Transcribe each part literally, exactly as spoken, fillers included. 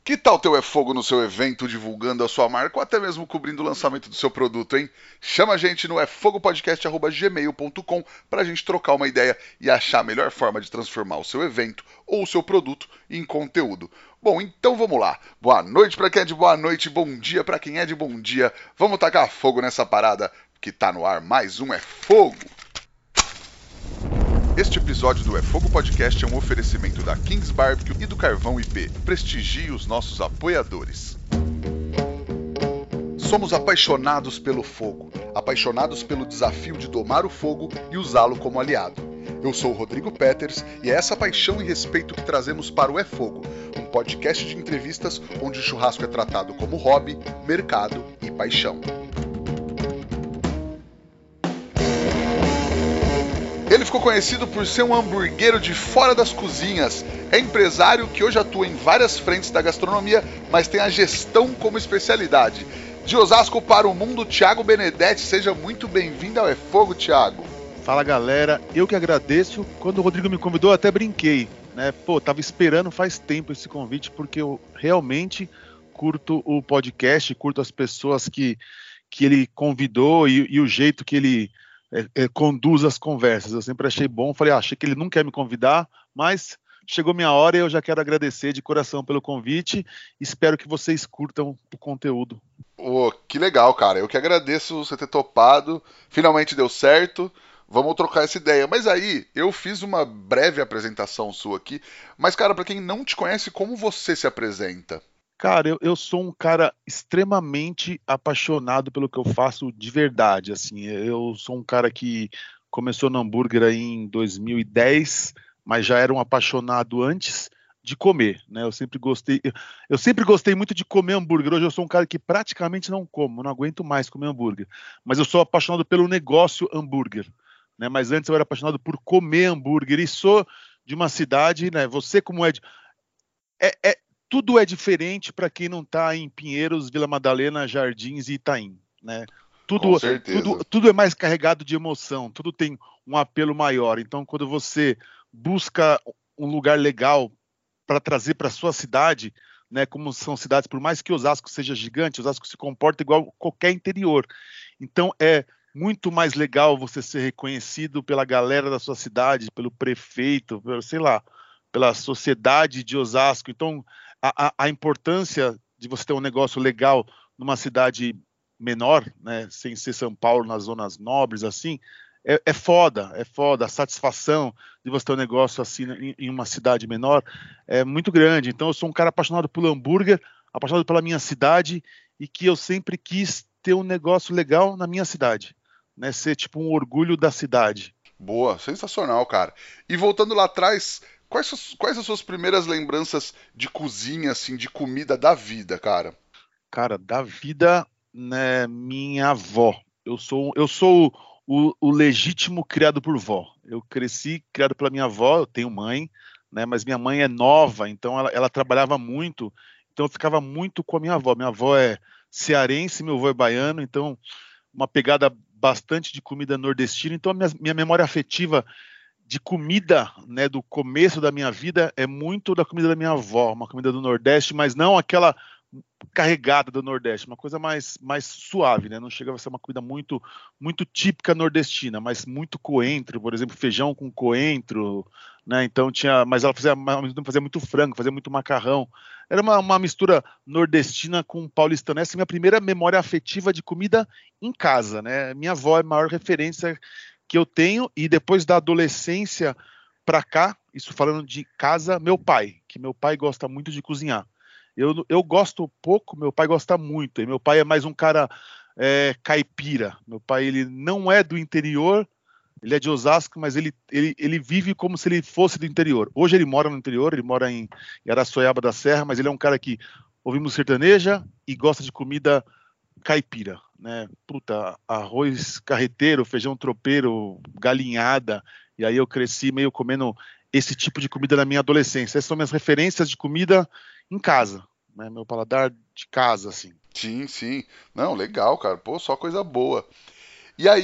Que tal ter o É Fogo no seu evento, divulgando a sua marca ou até mesmo cobrindo o lançamento do seu produto, hein? Chama a gente no é fogo podcast arroba gmail ponto com para a gente trocar uma ideia e achar a melhor forma de transformar o seu evento ou o seu produto em conteúdo. Bom, então vamos lá. Boa noite para quem é de boa noite, bom dia para quem é de bom dia. Vamos tacar fogo nessa parada que tá no ar. Mais um É Fogo. Este episódio do É Fogo Podcast é um oferecimento da Kings Barbecue e do Carvão I P. Prestigie os nossos apoiadores. Somos apaixonados pelo fogo, apaixonados pelo desafio de domar o fogo e usá-lo como aliado. Eu sou o Rodrigo Peters e é essa paixão e respeito que trazemos para o É Fogo, um podcast de entrevistas onde o churrasco é tratado como hobby, mercado e paixão. Ele ficou conhecido por ser um hamburguero de fora das cozinhas. É empresário que hoje atua em várias frentes da gastronomia, mas tem a gestão como especialidade. De Osasco para o mundo, Thiago Benedetti. Seja muito bem-vindo ao É Fogo, Thiago. Fala, galera. Eu que agradeço. Quando o Rodrigo me convidou, eu até brinquei, né? Pô, tava esperando faz tempo esse convite, porque eu realmente curto o podcast, curto as pessoas que, que ele convidou e, e o jeito que ele é, é, conduz as conversas. Eu sempre achei bom. Falei, ah, achei que ele não quer me convidar, mas chegou minha hora e eu já quero agradecer de coração pelo convite. Espero que vocês curtam o conteúdo. Oh, que legal, cara. Eu que agradeço você ter topado. Finalmente deu certo. Vamos trocar essa ideia. Mas aí, eu fiz uma breve apresentação sua aqui. Mas, cara, para quem não te conhece, como você se apresenta? Cara, eu, eu sou um cara extremamente apaixonado pelo que eu faço de verdade, assim, eu sou um cara que começou no hambúrguer aí em dois mil e dez, mas já era um apaixonado antes de comer, né, eu sempre gostei, eu, eu sempre gostei muito de comer hambúrguer, hoje eu sou um cara que praticamente não como, não aguento mais comer hambúrguer, mas eu sou apaixonado pelo negócio hambúrguer, né, mas antes eu era apaixonado por comer hambúrguer e sou de uma cidade, né, você como é de é, é- tudo é diferente para quem não está em Pinheiros, Vila Madalena, Jardins e Itaim, né? Com Tudo, tudo, certeza. tudo é mais carregado de emoção, tudo tem um apelo maior. Então, quando você busca um lugar legal para trazer para sua cidade, né? Como são cidades, por mais que Osasco seja gigante, Osasco se comporta igual qualquer interior. Então, é muito mais legal você ser reconhecido pela galera da sua cidade, pelo prefeito, pelo, sei lá, pela sociedade de Osasco. Então, a, a, a importância de você ter um negócio legal numa cidade menor, né, sem ser São Paulo, nas zonas nobres, assim, é, é foda, é foda. A satisfação de você ter um negócio assim em, em uma cidade menor é muito grande. Então, eu sou um cara apaixonado pelo hambúrguer, apaixonado pela minha cidade e que eu sempre quis ter um negócio legal na minha cidade, né, ser tipo um orgulho da cidade. Boa, sensacional, cara. E voltando lá atrás, quais, suas- quais as suas primeiras lembranças de cozinha, assim, de comida da vida, cara? Cara, da vida, né, minha avó. Eu sou, eu sou o, o legítimo criado por vó. Eu cresci criado pela minha avó, eu tenho mãe, né, mas minha mãe é nova, então ela, ela trabalhava muito, então eu ficava muito com a minha avó. Minha avó é cearense, meu avô é baiano, então uma pegada bastante de comida nordestina. Então a minha, minha memória afetiva de comida, né, do começo da minha vida é muito da comida da minha avó, uma comida do Nordeste, mas não aquela carregada do Nordeste, uma coisa mais, mais suave, né? Não chega a ser uma comida muito muito típica nordestina, mas muito coentro, por exemplo, feijão com coentro, né? Então tinha, mas ela fazia, fazia muito frango, fazia muito macarrão. Era uma, uma mistura nordestina com paulistana. Essa é a minha primeira memória afetiva de comida em casa, né? Minha avó é a maior referência que eu tenho e depois da adolescência para cá, isso falando de casa, meu pai, que meu pai gosta muito de cozinhar. Eu, eu gosto pouco, meu pai gosta muito. E meu pai é mais um cara é, caipira. Meu pai ele não é do interior, ele é de Osasco, mas ele, ele, ele vive como se ele fosse do interior. Hoje ele mora no interior, ele mora em, em Araçoiaba da Serra, mas ele é um cara que ouvimos sertaneja e gosta de comida caipira, né? Puta, arroz carreteiro, feijão tropeiro, galinhada. E aí eu cresci meio comendo esse tipo de comida na minha adolescência. Essas são minhas referências de comida em casa, né? Meu paladar de casa, assim. Sim, sim. Não, legal, cara. Pô, só coisa boa. E aí,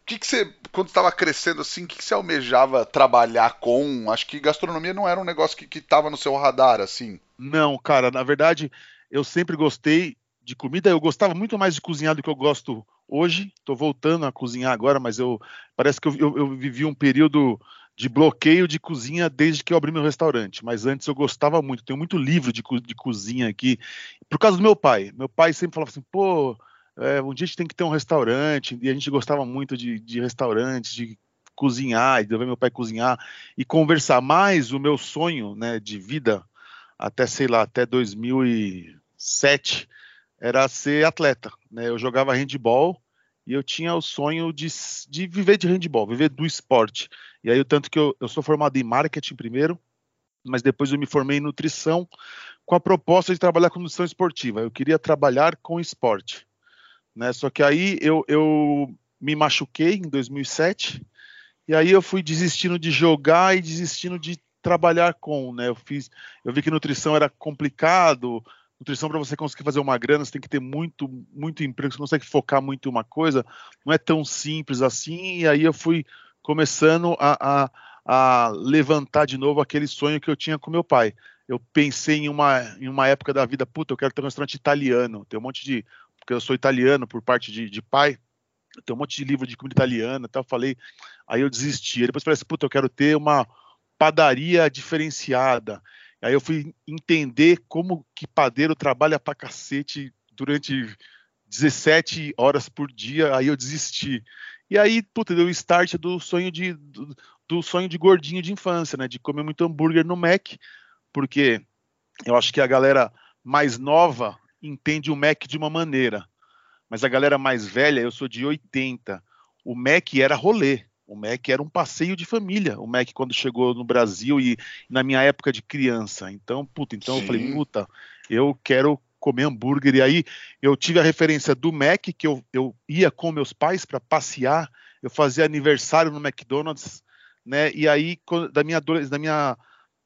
que, que você, quando estava crescendo assim, o que, que você almejava trabalhar com? Acho que gastronomia não era um negócio que, que tava no seu radar, assim. Não, cara, na verdade, eu sempre gostei de comida. Eu gostava muito mais de cozinhar do que eu gosto hoje. Estou voltando a cozinhar agora, mas eu parece que eu, eu, eu vivi um período de bloqueio de cozinha desde que eu abri meu restaurante. Mas antes eu gostava muito. Tenho muito livro de, co- de cozinha aqui, por causa do meu pai. Meu pai sempre falava assim, pô, é, um dia a gente tem que ter um restaurante. E a gente gostava muito de, de restaurantes, de cozinhar, e de ver meu pai cozinhar e conversar. Mais o meu sonho, né, de vida até, sei lá, até dois mil e sete, era ser atleta, né? Eu jogava handball e eu tinha o sonho de, de viver de handball, viver do esporte. E aí, o tanto que eu, eu sou formado em marketing primeiro, mas depois eu me formei em nutrição com a proposta de trabalhar com nutrição esportiva. Eu queria trabalhar com esporte, né? Só que aí eu, eu me machuquei em dois mil e sete e aí eu fui desistindo de jogar e desistindo de trabalhar com, né? Eu fiz, eu vi que nutrição era complicado. Nutrição, para você conseguir fazer uma grana, você tem que ter muito, muito emprego, você consegue focar muito em uma coisa, não é tão simples assim. E aí eu fui começando a, a, a levantar de novo aquele sonho que eu tinha com meu pai. Eu pensei em uma, em uma época da vida, puta, eu quero ter um restaurante italiano. Tem um monte de, porque eu sou italiano por parte de, de pai, tem um monte de livro de comida italiana, tal. Eu falei, aí eu desisti. Aí depois falei assim, puta, eu quero ter uma padaria diferenciada. Aí eu fui entender como que padeiro trabalha pra cacete durante dezessete horas por dia, aí eu desisti. E aí, puta, deu o start do sonho de do, do sonho de gordinho de infância, né, de comer muito hambúrguer no Mac, porque eu acho que a galera mais nova entende o Mac de uma maneira, mas a galera mais velha, eu sou de oitenta, o Mac era rolê. O Mac era um passeio de família. O Mac quando chegou no Brasil e na minha época de criança. Então, puta, então eu falei, Sim. puta, eu quero comer hambúrguer. E aí eu tive a referência do Mac, que eu, eu ia com meus pais para passear. Eu fazia aniversário no McDonald's, né? E aí, da minha, da minha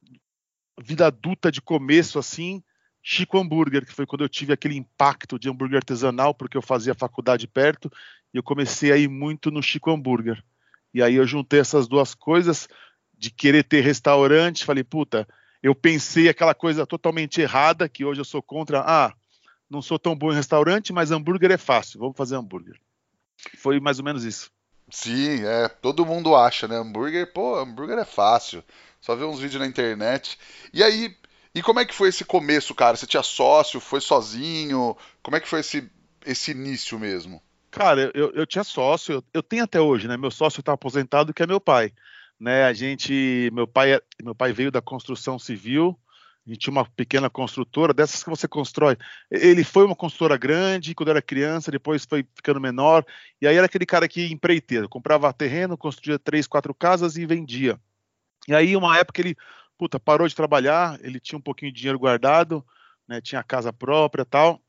vida adulta de começo, assim, Chico Hambúrguer, que foi quando eu tive aquele impacto de hambúrguer artesanal, porque eu fazia faculdade perto, e eu comecei a ir muito no Chico Hambúrguer. E aí eu juntei essas duas coisas, de querer ter restaurante, falei, puta, eu pensei aquela coisa totalmente errada, que hoje eu sou contra, ah, não sou tão bom em restaurante, mas hambúrguer é fácil, vamos fazer hambúrguer. Foi mais ou menos isso. Sim, é. Todo mundo acha, né? Hambúrguer, pô, hambúrguer é fácil. Só ver uns vídeos na internet. E aí, e como é que foi esse começo, cara? Você tinha sócio, foi sozinho? Como é que foi esse, esse início mesmo? Cara, eu, eu tinha sócio, eu, eu tenho até hoje, né? Meu sócio está aposentado, que é meu pai, né? A gente, meu pai, é- meu pai veio da construção civil, a gente tinha uma pequena construtora, dessas que você constrói. Ele foi uma construtora grande quando era criança, depois foi ficando menor, e aí era aquele cara que empreiteiro, comprava terreno, construía três, quatro casas e vendia. E aí, uma época ele, puta, parou de trabalhar, ele tinha um pouquinho de dinheiro guardado, né? Tinha casa própria, e tal.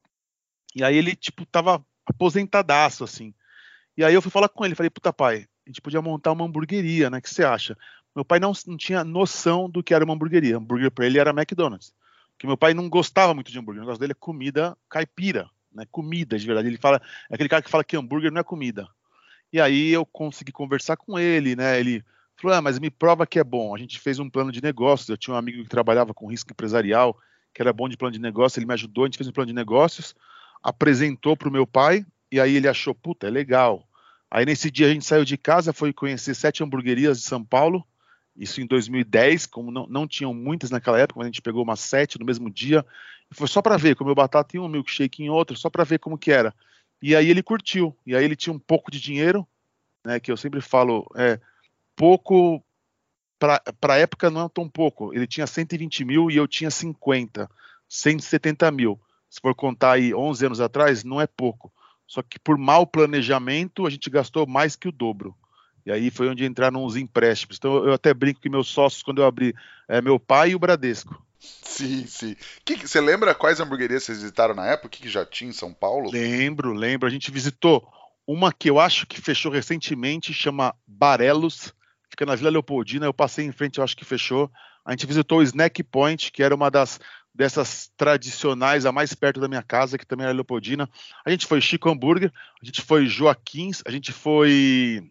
E aí ele, tipo, tava aposentadaço, assim. E aí eu fui falar com ele, falei, puta pai, a gente podia montar uma hamburgueria, né? O que você acha? Meu pai não, não tinha noção do que era uma hamburgueria. Hambúrguer para ele era McDonald's. Porque meu pai não gostava muito de hambúrguer. O negócio dele é comida caipira, né? Comida, de verdade. Ele fala, é aquele cara que fala que hambúrguer não é comida. E aí eu consegui conversar com ele, né? Ele falou, ah, mas me prova que é bom. A gente fez um plano de negócios. Eu tinha um amigo que trabalhava com risco empresarial, que era bom de plano de negócio. Ele me ajudou, a gente fez um plano de negócios, apresentou para o meu pai, e aí ele achou, puta, é legal. Aí nesse dia a gente saiu de casa, foi conhecer sete hamburguerias de São Paulo, isso em dois mil e dez, como não, não tinham muitas naquela época, mas a gente pegou umas sete no mesmo dia, e foi só para ver, comeu batata em um, milkshake em outro, só para ver como que era. E aí ele curtiu, e aí ele tinha um pouco de dinheiro, né, que eu sempre falo, é, pouco, para a época não é tão pouco, ele tinha cento e vinte mil e eu tinha cinquenta, cento e setenta mil. Se for contar aí onze anos atrás, não é pouco. Só que por mau planejamento, a gente gastou mais que o dobro. E aí foi onde entraram os empréstimos. Então eu até brinco que meus sócios, quando eu abri, é meu pai e o Bradesco. Sim, sim. Que, que- você lembra quais hamburguerias vocês visitaram na época? O que, que já tinha em São Paulo? Lembro, lembro. A gente visitou uma que eu acho que fechou recentemente, chama Barelos, fica na Vila Leopoldina. Eu passei em frente, eu acho que fechou. A gente visitou o Snack Point, que era uma das dessas tradicionais, a mais perto da minha casa, que também era Leopoldina. A gente foi Chico Hambúrguer, a gente foi Joaquins, a gente foi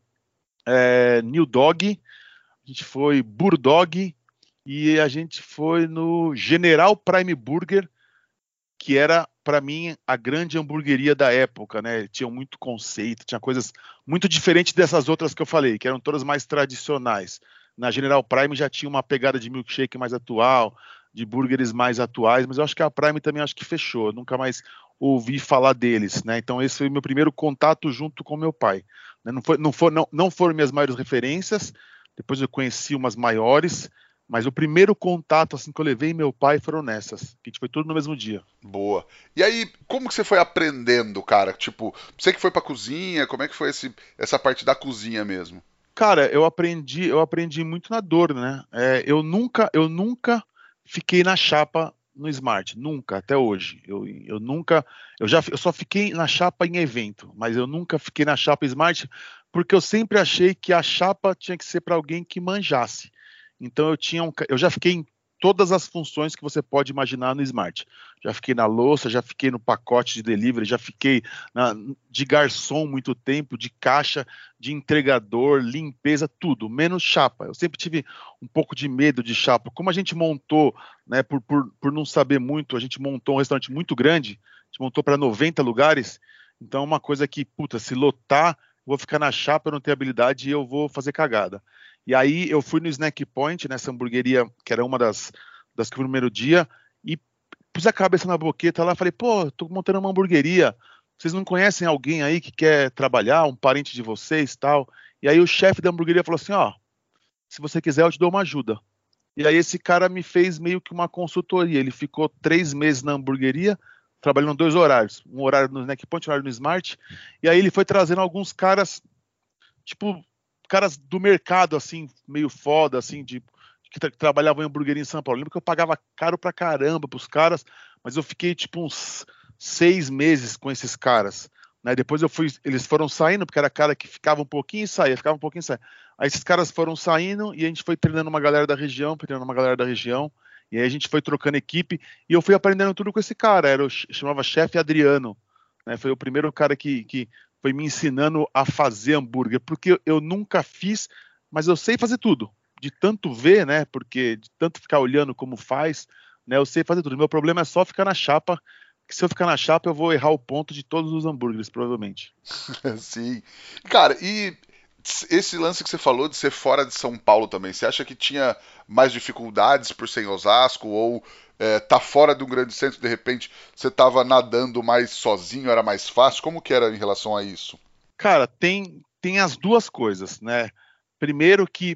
é, New Dog, a gente foi Burdog e a gente foi no General Prime Burger, que era, para mim, a grande hamburgueria da época, né? Tinha muito conceito, tinha coisas muito diferentes dessas outras que eu falei, que eram todas mais tradicionais. Na General Prime já tinha uma pegada de milkshake mais atual, de burgers mais atuais, mas eu acho que a Prime também acho que fechou, eu nunca mais ouvi falar deles, né? Então esse foi o meu primeiro contato junto com meu pai. Não, foi, não, for, não, não foram minhas maiores referências, depois eu conheci umas maiores, mas o primeiro contato assim que eu levei meu pai foram nessas, que a gente foi tudo no mesmo dia. Boa. E aí, como que você foi aprendendo, cara? Tipo, você que foi pra cozinha, como é que foi esse, essa parte da cozinha mesmo? Cara, eu aprendi, eu aprendi muito na dor, né? É, eu nunca, eu nunca fiquei na chapa no Smart, nunca, até hoje. Eu, eu nunca, eu já, eu só fiquei na chapa em evento, mas eu nunca fiquei na chapa Smart porque eu sempre achei que a chapa tinha que ser para alguém que manjasse. Então eu tinha um, eu já fiquei em todas as funções que você pode imaginar no Smart. Já fiquei na louça, já fiquei no pacote de delivery, já fiquei na, de garçom muito tempo, de caixa, de entregador, limpeza, tudo, menos chapa. Eu sempre tive um pouco de medo de chapa. Como a gente montou, né, por, por, por não saber muito, a gente montou um restaurante muito grande, a gente montou para noventa lugares, então é uma coisa que, puta, se lotar, eu vou ficar na chapa, eu não tenho habilidade e eu vou fazer cagada. E aí eu fui no Snack Point, nessa hamburgueria, que era uma das, das que eu fui no primeiro dia, e pus a cabeça na boqueta lá e falei, pô, tô montando uma hamburgueria, vocês não conhecem alguém aí que quer trabalhar, um parente de vocês tal? E aí o chefe da hamburgueria falou assim, ó, se você quiser eu te dou uma ajuda. E aí esse cara me fez meio que uma consultoria, ele ficou três meses na hamburgueria, trabalhando dois horários, um horário no Snack Point, um horário no Smart, e aí ele foi trazendo alguns caras, tipo, caras do mercado, assim, meio foda, assim, de que tra trabalhavam em hamburgueria em São Paulo. Eu lembro que eu pagava caro pra caramba pros caras, mas eu fiquei, tipo, uns seis meses com esses caras. Né? Depois eu fui, eles foram saindo, porque era cara que ficava um pouquinho e saía, ficava um pouquinho e saía. Aí esses caras foram saindo e a gente foi treinando uma galera da região, treinando uma galera da região, e aí a gente foi trocando equipe, e eu fui aprendendo tudo com esse cara, era o, chamava Chefe Adriano, né? Foi o primeiro cara que, que foi me ensinando a fazer hambúrguer, porque eu nunca fiz, mas eu sei fazer tudo, de tanto ver, né, porque de tanto ficar olhando como faz, né, eu sei fazer tudo. Meu problema é só ficar na chapa, que se eu ficar na chapa eu vou errar o ponto de todos os hambúrgueres, provavelmente. Sim. Cara, e esse lance que você falou de ser fora de São Paulo também, você acha que tinha mais dificuldades por ser em Osasco ou é, tá fora de um grande centro, de repente você tava nadando mais sozinho, era mais fácil? Como que era em relação a isso? Cara, tem, tem as duas coisas, né? Primeiro que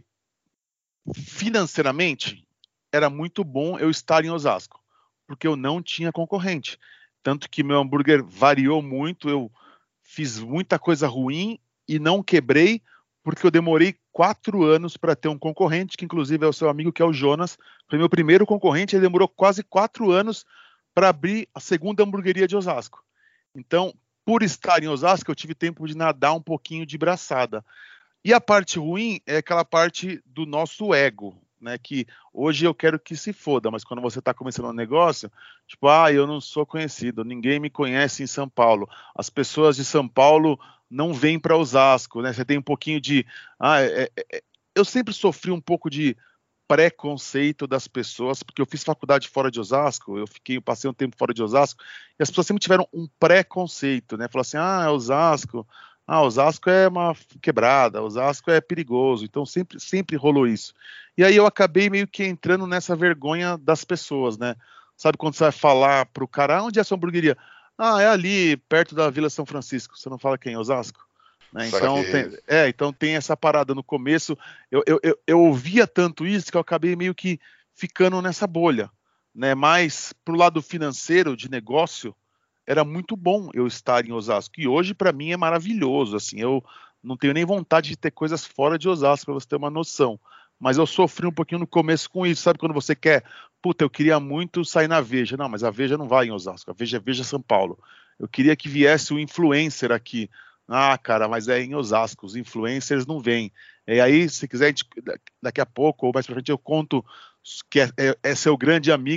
financeiramente era muito bom eu estar em Osasco, porque eu não tinha concorrente. Tanto que meu hambúrguer variou muito, eu fiz muita coisa ruim e não quebrei, porque eu demorei quatro anos para ter um concorrente, que inclusive é o seu amigo, que é o Jonas. Foi meu primeiro concorrente, ele demorou quase quatro anos para abrir a segunda hamburgueria de Osasco. Então, por estar em Osasco, eu tive tempo de nadar um pouquinho de braçada. E a parte ruim é aquela parte do nosso ego, né? Que hoje eu quero que se foda, mas quando você está começando um negócio, tipo, ah, eu não sou conhecido, ninguém me conhece em São Paulo, as pessoas de São Paulo não vêm para Osasco, né? Você tem um pouquinho de, ah, é, é, é... eu sempre sofri um pouco de preconceito das pessoas, porque eu fiz faculdade fora de Osasco, eu fiquei, passei um tempo fora de Osasco, e as pessoas sempre tiveram um preconceito, né? Falaram assim, ah, é Osasco, ah, Osasco é uma quebrada, Osasco é perigoso, então sempre, sempre rolou isso. E aí eu acabei meio que entrando nessa vergonha das pessoas, né? Sabe quando você vai falar pro cara, ah, onde é a sua hamburgueria? Ah, é ali, perto da Vila São Francisco. Você não fala quem? Osasco? Né? Então, Saquei. tem, é, então tem essa parada no começo. Eu, eu, eu, eu ouvia tanto isso que eu acabei meio que ficando nessa bolha. Né? Mas pro lado financeiro, de negócio, era muito bom eu estar em Osasco. E hoje, para mim, é maravilhoso. Assim, eu não tenho nem vontade de ter coisas fora de Osasco, para você ter uma noção. Mas eu sofri um pouquinho no começo com isso. Sabe quando você quer, puta, eu queria muito sair na Veja. Não, mas a Veja não vai em Osasco. A Veja é Veja São Paulo. Eu queria que viesse o influencer aqui. Ah, cara, mas é em Osasco. Os influencers não vêm. E aí, se quiser, daqui a pouco ou mais pra frente, eu conto que é, é, é seu grande amigo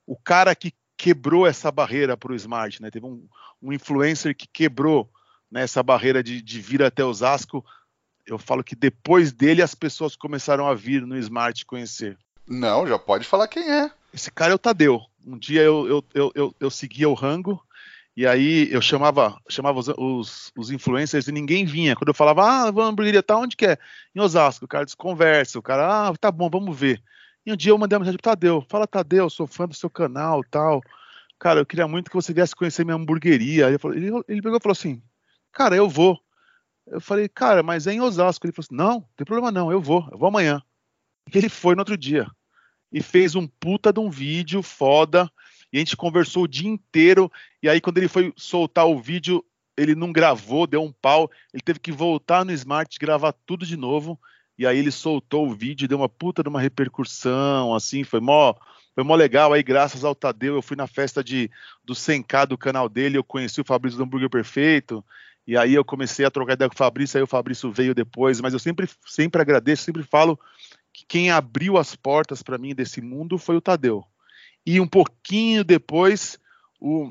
o cara que quebrou essa barreira para o Smart, né? Teve um, um influencer que quebrou, né, essa barreira de, de vir até Osasco. Eu falo que depois dele as pessoas começaram a vir no Smart conhecer. Não, já pode falar quem é. Esse cara é o Tadeu. Um dia eu, eu, eu, eu, eu seguia o Rango, e aí eu chamava, chamava os, os, os influencers e ninguém vinha. Quando eu falava, ah, vamos hamburgueria, tá onde que é? Em Osasco. O cara desconversa, o cara, ah, tá bom, vamos ver. E um dia eu mandei uma mensagem pro Tadeu, fala, Tadeu, sou fã do seu canal, tal. Cara, eu queria muito que você viesse conhecer minha hamburgueria. Aí eu falei, ele, ele pegou e falou assim, cara, eu vou. Eu falei, cara, mas é em Osasco. Ele falou assim, não, não tem problema não, eu vou, eu vou amanhã. E ele foi no outro dia. E fez um puta de um vídeo foda, e a gente conversou o dia inteiro, e aí quando ele foi soltar o vídeo, ele não gravou, deu um pau, ele teve que voltar no Smart, gravar tudo de novo, e aí ele soltou o vídeo, deu uma puta de uma repercussão, assim, foi mó, foi mó legal, aí graças ao Tadeu, eu fui na festa de, do cem K do canal dele, eu conheci o Fabrício do Hambúrguer Perfeito, e aí eu comecei a trocar ideia com o Fabrício, aí o Fabrício veio depois, mas eu sempre, sempre agradeço, sempre falo que quem abriu as portas para mim desse mundo foi o Tadeu. E um pouquinho depois, o,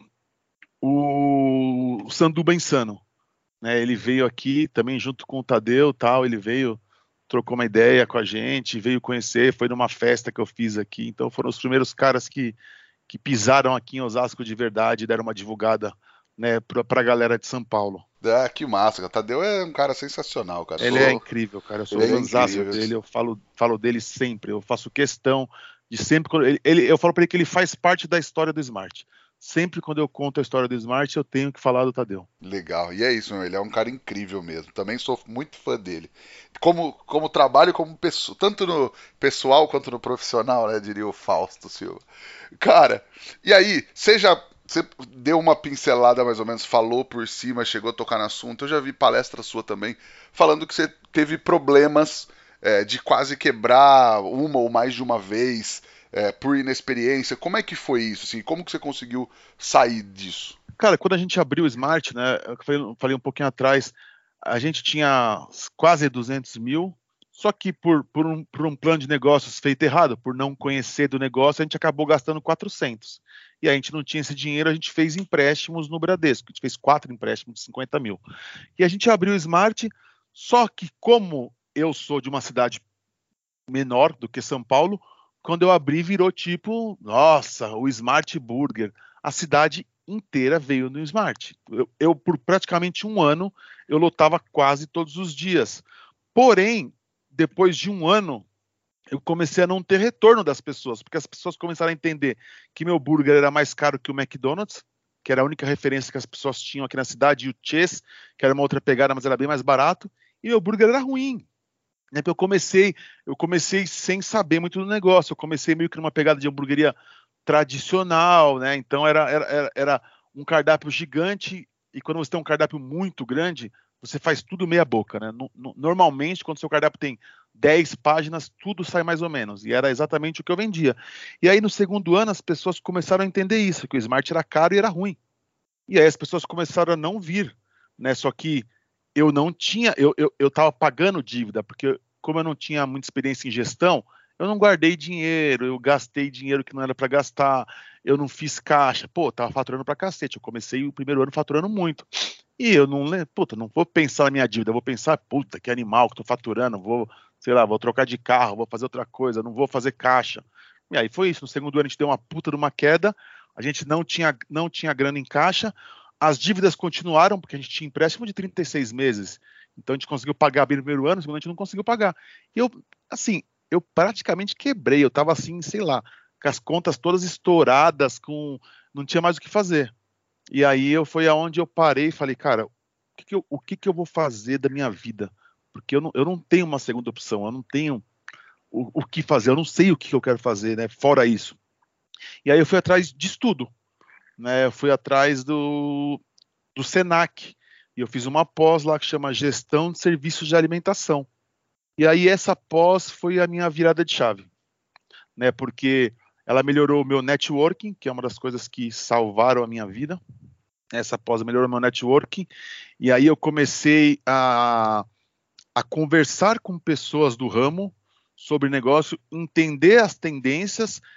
o, o Sanduba Insano. Né? Ele veio aqui também junto com o Tadeu, tal, ele veio, trocou uma ideia com a gente, veio conhecer, foi numa festa que eu fiz aqui. Então foram os primeiros caras que, que pisaram aqui em Osasco de verdade, deram uma divulgada, né, para a galera de São Paulo. Ah, que massa, cara. Tadeu é um cara sensacional, cara. Ele Sou... é incrível, cara. Eu sou Ele é fãzaço incrível. dele, eu falo, falo dele sempre. Eu faço questão de sempre. Quando ele, ele, eu falo para ele que ele faz parte da história do Smart. Sempre quando eu conto a história do Smart, eu tenho que falar do Tadeu. Legal. E é isso, meu. Ele é um cara incrível mesmo. Também sou muito fã dele. Como, como trabalho, como pessoa, tanto no pessoal quanto no profissional, né? Diria o Fausto Silva. Cara, e aí, você já. Você deu uma pincelada mais ou menos, falou por cima, chegou a tocar no assunto. Eu já vi palestra sua também, falando que você teve problemas é, de quase quebrar uma ou mais de uma vez é, por inexperiência. Como é que foi isso? Assim, como que você conseguiu sair disso? Cara, quando a gente abriu o Smart, né? Eu falei, falei um pouquinho atrás, a gente tinha quase duzentos mil. Só que por, por, um, por um plano de negócios feito errado, por não conhecer do negócio, a gente acabou gastando quatrocentos. E a gente não tinha esse dinheiro, a gente fez empréstimos no Bradesco. A gente fez quatro empréstimos de cinquenta mil. E a gente abriu o Smart, só que como eu sou de uma cidade menor do que São Paulo, quando eu abri virou tipo, nossa, o Smart Burger. A cidade inteira veio no Smart. Eu, eu por praticamente um ano, eu lotava quase todos os dias. Porém, depois de um ano, eu comecei a não ter retorno das pessoas, porque as pessoas começaram a entender que meu burger era mais caro que o McDonald's, que era a única referência que as pessoas tinham aqui na cidade, e o Chess, que era uma outra pegada, mas era bem mais barato, e meu burger era ruim. Né? Eu comecei, eu comecei sem saber muito do negócio, eu comecei meio que numa pegada de hamburgueria tradicional, né? Então era, era, era um cardápio gigante, e quando você tem um cardápio muito grande, você faz tudo meia boca, né? No, no, normalmente, quando seu cardápio tem dez páginas, tudo sai mais ou menos. E era exatamente o que eu vendia. E aí, no segundo ano, as pessoas começaram a entender isso, que o Smart era caro e era ruim. E aí as pessoas começaram a não vir, né? Só que eu não tinha, eu, eu, eu tava pagando dívida, porque como eu não tinha muita experiência em gestão, eu não guardei dinheiro, eu gastei dinheiro que não era para gastar, eu não fiz caixa. Pô, tava faturando pra cacete. Eu comecei o primeiro ano faturando muito. E eu não, puta, não vou pensar na minha dívida, eu vou pensar, puta, que animal que tô faturando, vou, sei lá, vou trocar de carro, vou fazer outra coisa, não vou fazer caixa. E aí foi isso, no segundo ano a gente deu uma puta de uma queda, a gente não tinha, não tinha grana em caixa, as dívidas continuaram, porque a gente tinha empréstimo de trinta e seis meses, então a gente conseguiu pagar bem no primeiro ano, no segundo a gente não conseguiu pagar. E eu, assim, eu praticamente quebrei, eu tava assim, sei lá, com as contas todas estouradas, com, não tinha mais o que fazer. E aí eu foi aonde eu parei e falei, cara, o que, que, eu, o que, que eu vou fazer da minha vida? Porque eu não, eu não tenho uma segunda opção, eu não tenho o, o que fazer, eu não sei o que, que eu quero fazer, né? Fora isso. E aí eu fui atrás de estudo, né? Eu fui atrás do, do Senac, e eu fiz uma pós lá que chama Gestão de Serviços de Alimentação. E aí essa pós foi a minha virada de chave, né? Porque ela melhorou o meu networking, que é uma das coisas que salvaram a minha vida. Essa pós melhorou o meu networking. E aí eu comecei a, a conversar com pessoas do ramo sobre negócio, entender as tendências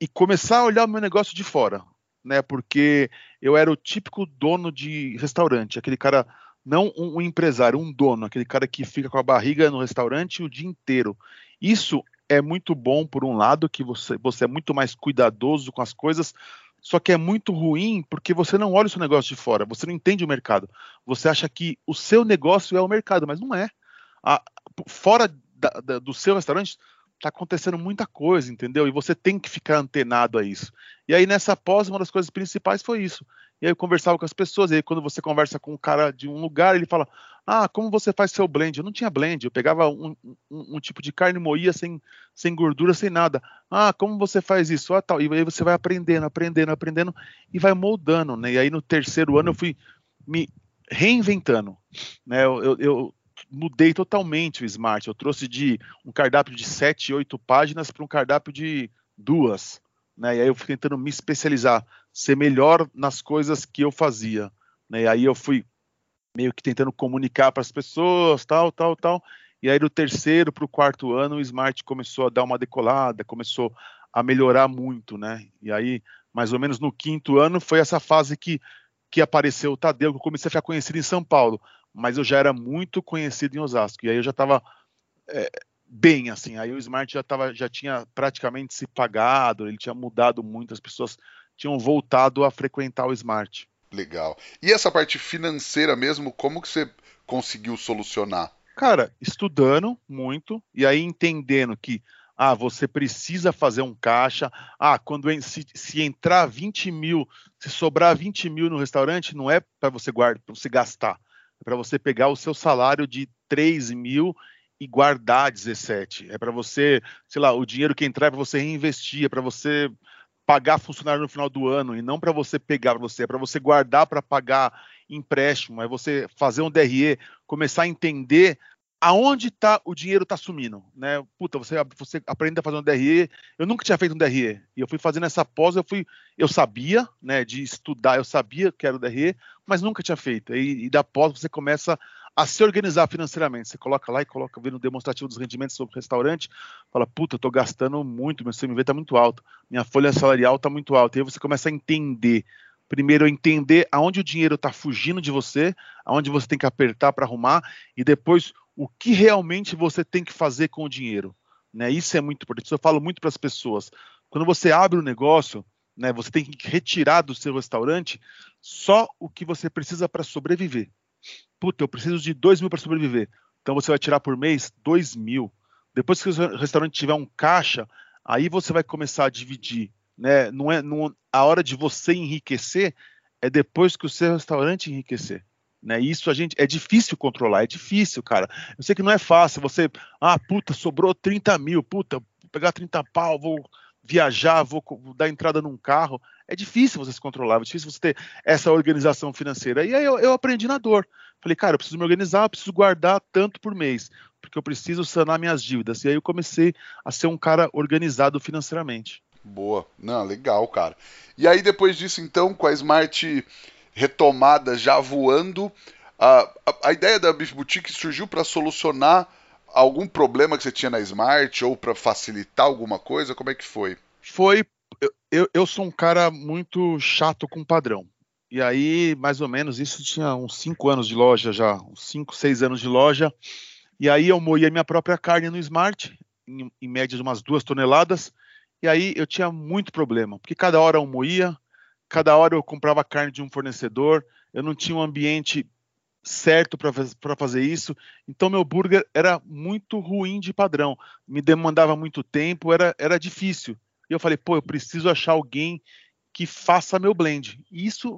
e começar a olhar o meu negócio de fora, né? Porque eu era o típico dono de restaurante, aquele cara, não um, um empresário, um dono, aquele cara que fica com a barriga no restaurante o dia inteiro. Isso é muito bom, por um lado, que você, você é muito mais cuidadoso com as coisas, só que é muito ruim porque você não olha o seu negócio de fora, você não entende o mercado. Você acha que o seu negócio é o mercado, mas não é. A, fora da, da, do seu restaurante, tá acontecendo muita coisa, entendeu? E você tem que ficar antenado a isso. E aí, nessa pós, uma das coisas principais foi isso. E aí eu conversava com as pessoas, e aí quando você conversa com um cara de um lugar, ele fala, ah, como você faz seu blend? Eu não tinha blend, eu pegava um, um, um tipo de carne moía sem, sem gordura, sem nada. Ah, como você faz isso? Ah, tal. E aí você vai aprendendo, aprendendo, aprendendo, e vai moldando, né? E aí no terceiro ano eu fui me reinventando, né? Eu, eu, eu mudei totalmente o Smart. Eu trouxe de um cardápio de sete, oito páginas para um cardápio de duas, né? E aí eu fui tentando me especializar, ser melhor nas coisas que eu fazia, né? E aí eu fui meio que tentando comunicar para as pessoas, tal, tal, tal. E aí do terceiro para o quarto ano, o Smart começou a dar uma decolada, começou a melhorar muito, né? E aí, mais ou menos no quinto ano, foi essa fase que, que apareceu o Tadeu, que eu comecei a ficar conhecido em São Paulo, mas eu já era muito conhecido em Osasco. E aí eu já estava é, bem, assim. Aí o Smart já, tava, já tinha praticamente se pagado, ele tinha mudado muito, as pessoas tinham voltado a frequentar o Smart. Legal. E essa parte financeira mesmo, como que você conseguiu solucionar? Cara, estudando muito e aí entendendo que ah, você precisa fazer um caixa. Ah, quando se, se entrar vinte mil, se sobrar vinte mil no restaurante, não é para você guardar, para você gastar, é para você pegar o seu salário de três mil e guardar dezessete. É para você, sei lá, o dinheiro que entrar é para você reinvestir, é para você pagar funcionário no final do ano e não para você pegar para você, é para você guardar para pagar empréstimo, é você fazer um D R E, começar a entender aonde tá o dinheiro tá sumindo, né? Puta, você, você aprende a fazer um D R E, eu nunca tinha feito um D R E, e eu fui fazendo essa pós, eu fui, eu sabia, né, de estudar, eu sabia que era o D R E, mas nunca tinha feito, e, e da pós você começa a se organizar financeiramente, você coloca lá e coloca, vendo o demonstrativo dos rendimentos sobre o restaurante, fala, puta, eu tô gastando muito, meu C M V tá muito alto, minha folha salarial tá muito alta, e aí você começa a entender, primeiro entender aonde o dinheiro tá fugindo de você, aonde você tem que apertar para arrumar, e depois o que realmente você tem que fazer com o dinheiro, né? Isso é muito importante. Isso eu falo muito para as pessoas. Quando você abre um negócio, né, você tem que retirar do seu restaurante só o que você precisa para sobreviver. Puta, eu preciso de dois mil para sobreviver. Então você vai tirar por mês dois mil. Depois que o restaurante tiver um caixa, aí você vai começar a dividir, né? Não é, não, a hora de você enriquecer é depois que o seu restaurante enriquecer. Né? Isso a gente é difícil controlar, é difícil, cara. Eu sei que não é fácil. Você, ah, puta, sobrou trinta mil, puta, vou pegar trinta pau, vou viajar, vou, vou dar entrada num carro. É difícil você se controlar, é difícil você ter essa organização financeira. E aí eu, eu aprendi na dor. Falei, cara, eu preciso me organizar, eu preciso guardar tanto por mês, porque eu preciso sanar minhas dívidas. E aí eu comecei a ser um cara organizado financeiramente. Boa. Não, legal, cara. E aí depois disso, então, com a Smart retomada já voando, a, a, a ideia da Beef Boutique surgiu para solucionar algum problema que você tinha na Smart ou para facilitar alguma coisa? Como é que foi? Foi. Eu, eu, eu sou um cara muito chato com padrão. E aí, mais ou menos, isso tinha uns cinco anos de loja já, uns cinco, seis anos de loja. E aí eu moía minha própria carne no Smart, em, em média de umas duas toneladas. E aí eu tinha muito problema, porque cada hora eu moía, cada hora eu comprava carne de um fornecedor, eu não tinha um ambiente certo para fazer isso. Então meu burger era muito ruim de padrão, me demandava muito tempo, era, era difícil. E eu falei, pô, eu preciso achar alguém que faça meu blend. E isso,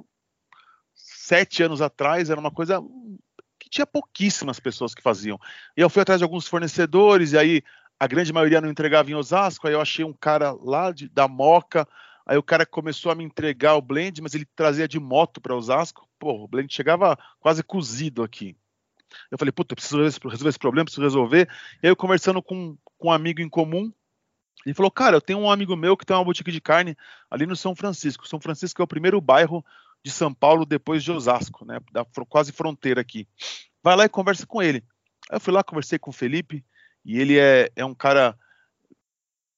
sete anos atrás, era uma coisa que tinha pouquíssimas pessoas que faziam. E eu fui atrás de alguns fornecedores, e aí a grande maioria não entregava em Osasco, aí eu achei um cara lá de, da Moca, aí o cara começou a me entregar o blend, mas ele trazia de moto para Osasco, pô, o blend chegava quase cozido aqui. Eu falei, puta, eu preciso resolver esse problema, preciso resolver. E aí eu conversando com, com um amigo em comum, ele falou, cara, eu tenho um amigo meu que tem uma boutique de carne ali no São Francisco. São Francisco é o primeiro bairro de São Paulo depois de Osasco, né? Da quase fronteira aqui. Vai lá e conversa com ele. Aí eu fui lá, conversei com o Felipe, e ele é, é um cara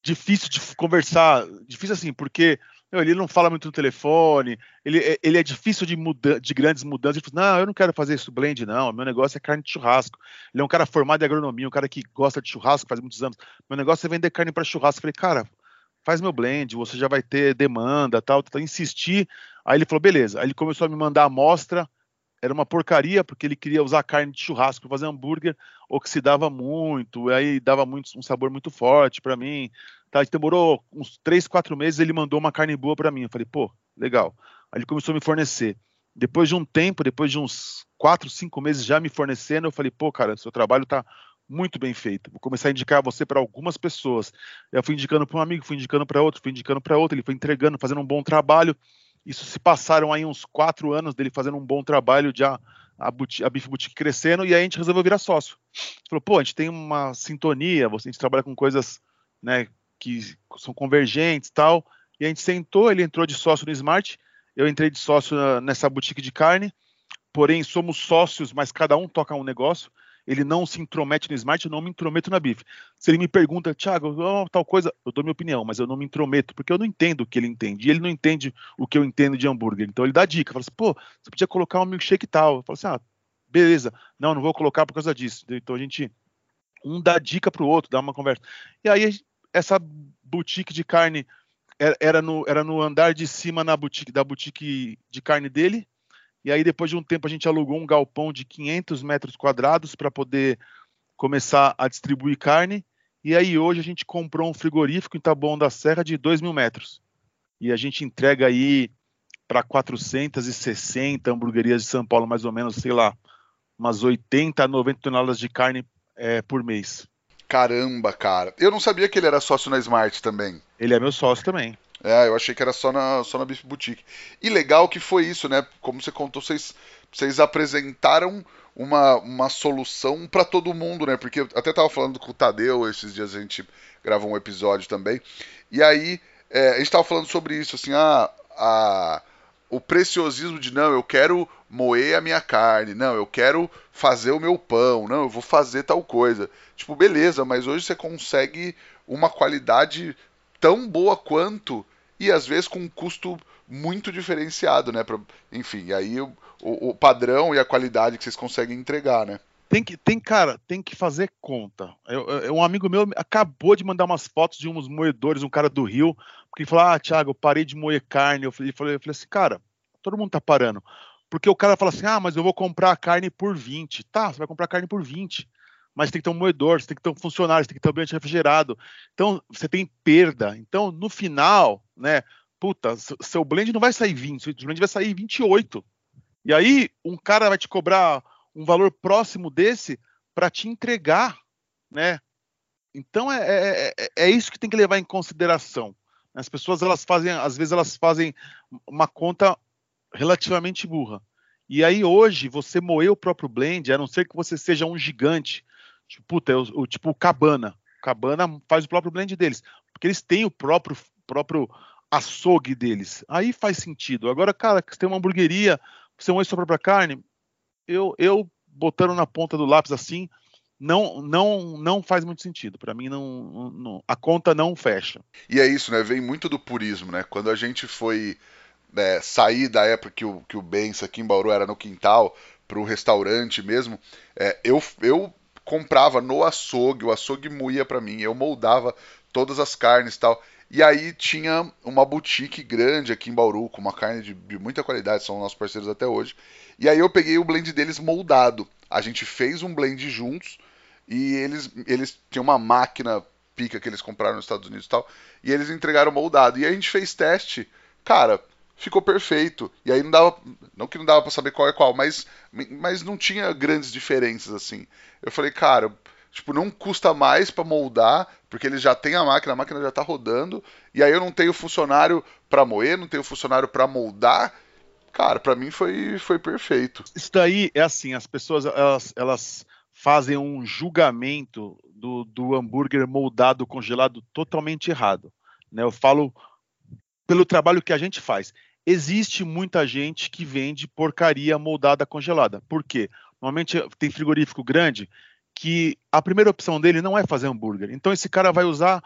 difícil de conversar, difícil assim, porque meu, ele não fala muito no telefone, ele, ele é difícil de, muda, de grandes mudanças. Ele fala, não, eu não quero fazer isso blend, não. Meu negócio é carne de churrasco. Ele é um cara formado em agronomia, um cara que gosta de churrasco faz muitos anos. Meu negócio é vender carne para churrasco. Eu falei, cara, faz meu blend, você já vai ter demanda, tal, tal. Insistir. Aí ele falou, beleza. Aí ele começou a me mandar a amostra. Era uma porcaria, porque ele queria usar carne de churrasco para fazer hambúrguer, oxidava muito, aí dava muito, um sabor muito forte para mim. Tá, demorou uns três, quatro meses, ele mandou uma carne boa para mim. Eu falei, pô, legal. Aí ele começou a me fornecer. Depois de um tempo, depois de uns quatro, cinco meses já me fornecendo, eu falei, pô, cara, seu trabalho tá muito bem feito. Vou começar a indicar você para algumas pessoas. Eu fui indicando para um amigo, fui indicando para outro, fui indicando para outro, ele foi entregando, fazendo um bom trabalho. Isso se passaram aí uns quatro anos dele fazendo um bom trabalho, já a, boutique, a Beef Boutique crescendo, e aí a gente resolveu virar sócio. A gente falou, pô, a gente tem uma sintonia, a gente trabalha com coisas, né, que são convergentes e tal, e a gente sentou, ele entrou de sócio no Smart, eu entrei de sócio nessa boutique de carne, porém somos sócios, mas cada um toca um negócio. Ele não se intromete no Smart, eu não me intrometo na Beef. Se ele me pergunta, Thiago, oh, tal coisa, eu dou minha opinião, mas eu não me intrometo, porque eu não entendo o que ele entende, e ele não entende o que eu entendo de hambúrguer. Então ele dá dica, fala assim, pô, você podia colocar um milkshake e tal. Eu falo assim, ah, beleza, não, não vou colocar por causa disso. Então a gente, um dá dica pro outro, dá uma conversa. E aí essa boutique de carne era no, era no andar de cima na boutique, da boutique de carne dele. E aí, depois de um tempo, a gente alugou um galpão de quinhentos metros quadrados para poder começar a distribuir carne. E aí, hoje, a gente comprou um frigorífico em Taboão da Serra de dois mil metros. E a gente entrega aí para quatrocentas e sessenta hamburguerias de São Paulo, mais ou menos, sei lá, umas oitenta a noventa toneladas de carne é, por mês. Caramba, cara. Eu não sabia que ele era sócio na Smart também. Ele é meu sócio também. É, eu achei que era só na, só na Beef Boutique. E legal que foi isso, né? Como você contou, vocês, vocês apresentaram uma, uma solução para todo mundo, né? Porque eu até tava falando com o Tadeu, esses dias a gente gravou um episódio também. E aí, é, a gente tava falando sobre isso, assim, ah, a, o preciosismo de, não, eu quero moer a minha carne, não, eu quero fazer o meu pão, não, eu vou fazer tal coisa. Tipo, beleza, mas hoje você consegue uma qualidade tão boa quanto e às vezes com um custo muito diferenciado, né? Pra, enfim, aí o, o, o padrão e a qualidade que vocês conseguem entregar, né? Tem que, tem, cara, tem que fazer conta. Eu, eu, um amigo meu acabou de mandar umas fotos de uns moedores, um cara do Rio, porque ele falou, ah, Thiago, eu parei de moer carne. Eu falei, eu falei, eu falei assim, cara, todo mundo tá parando. Porque o cara fala assim, ah, mas eu vou comprar carne por vinte. Tá, você vai comprar carne por vinte. Mas tem que ter um moedor, você tem que ter um funcionário, você tem que ter um ambiente refrigerado. Então, você tem perda. Então, no final, né, puta, seu blend não vai sair vinte, seu blend vai sair vinte e oito. E aí, um cara vai te cobrar um valor próximo desse para te entregar, né? Então, é, é, é, é isso que tem que levar em consideração. As pessoas, elas fazem, às vezes, elas fazem uma conta relativamente burra. E aí, hoje, você moer o próprio blend, a não ser que você seja um gigante, tipo, puta, o, o, tipo o Cabana. O Cabana faz o próprio blend deles, porque eles têm o próprio, próprio açougue deles. Aí faz sentido. Agora, cara, que você tem uma hamburgueria, você moe sua própria carne, eu, eu botando na ponta do lápis assim, não, não, não faz muito sentido. Para mim, não, não, a conta não fecha. E é isso, né? Vem muito do purismo, né? Quando a gente foi é, sair da época que o, que o Benção aqui em Bauru era no quintal, para o restaurante mesmo, é, eu, eu comprava no açougue, o açougue moía para mim, eu moldava todas as carnes e tal. E aí tinha uma boutique grande aqui em Bauru, com uma carne de, de muita qualidade, são nossos parceiros até hoje. E aí eu peguei o blend deles moldado. A gente fez um blend juntos e eles, eles tinham uma máquina pica que eles compraram nos Estados Unidos e tal, e eles entregaram moldado. E aí a gente fez teste, cara, ficou perfeito. E aí não dava, não que não dava pra saber qual é qual, mas, mas não tinha grandes diferenças assim. Eu falei, cara, tipo, não custa mais pra moldar, porque eles já têm a máquina, a máquina já tá rodando, e aí eu não tenho funcionário pra moer, não tenho funcionário pra moldar. Cara, pra mim foi, foi perfeito. Isso daí é assim, as pessoas, elas, elas fazem um julgamento do, do hambúrguer moldado, congelado, totalmente errado, né? Eu falo pelo trabalho que a gente faz. Existe muita gente que vende porcaria moldada congelada. Por quê? Normalmente tem frigorífico grande que a primeira opção dele não é fazer hambúrguer. Então esse cara vai usar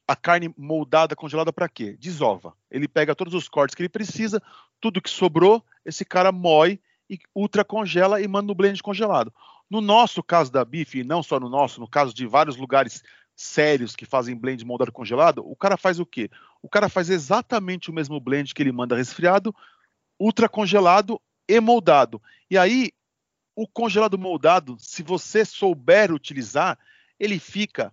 a carne moldada, congelada para quê? Desova. Ele pega todos os cortes que ele precisa, tudo que sobrou, esse cara moe e ultra congela e manda no blend congelado. No nosso caso da bife, e não só no nosso, no caso de vários lugares sérios que fazem blend moldado congelado, o cara faz o quê? O cara faz exatamente o mesmo blend que ele manda resfriado, ultra congelado e moldado. E aí, o congelado moldado, se você souber utilizar, ele fica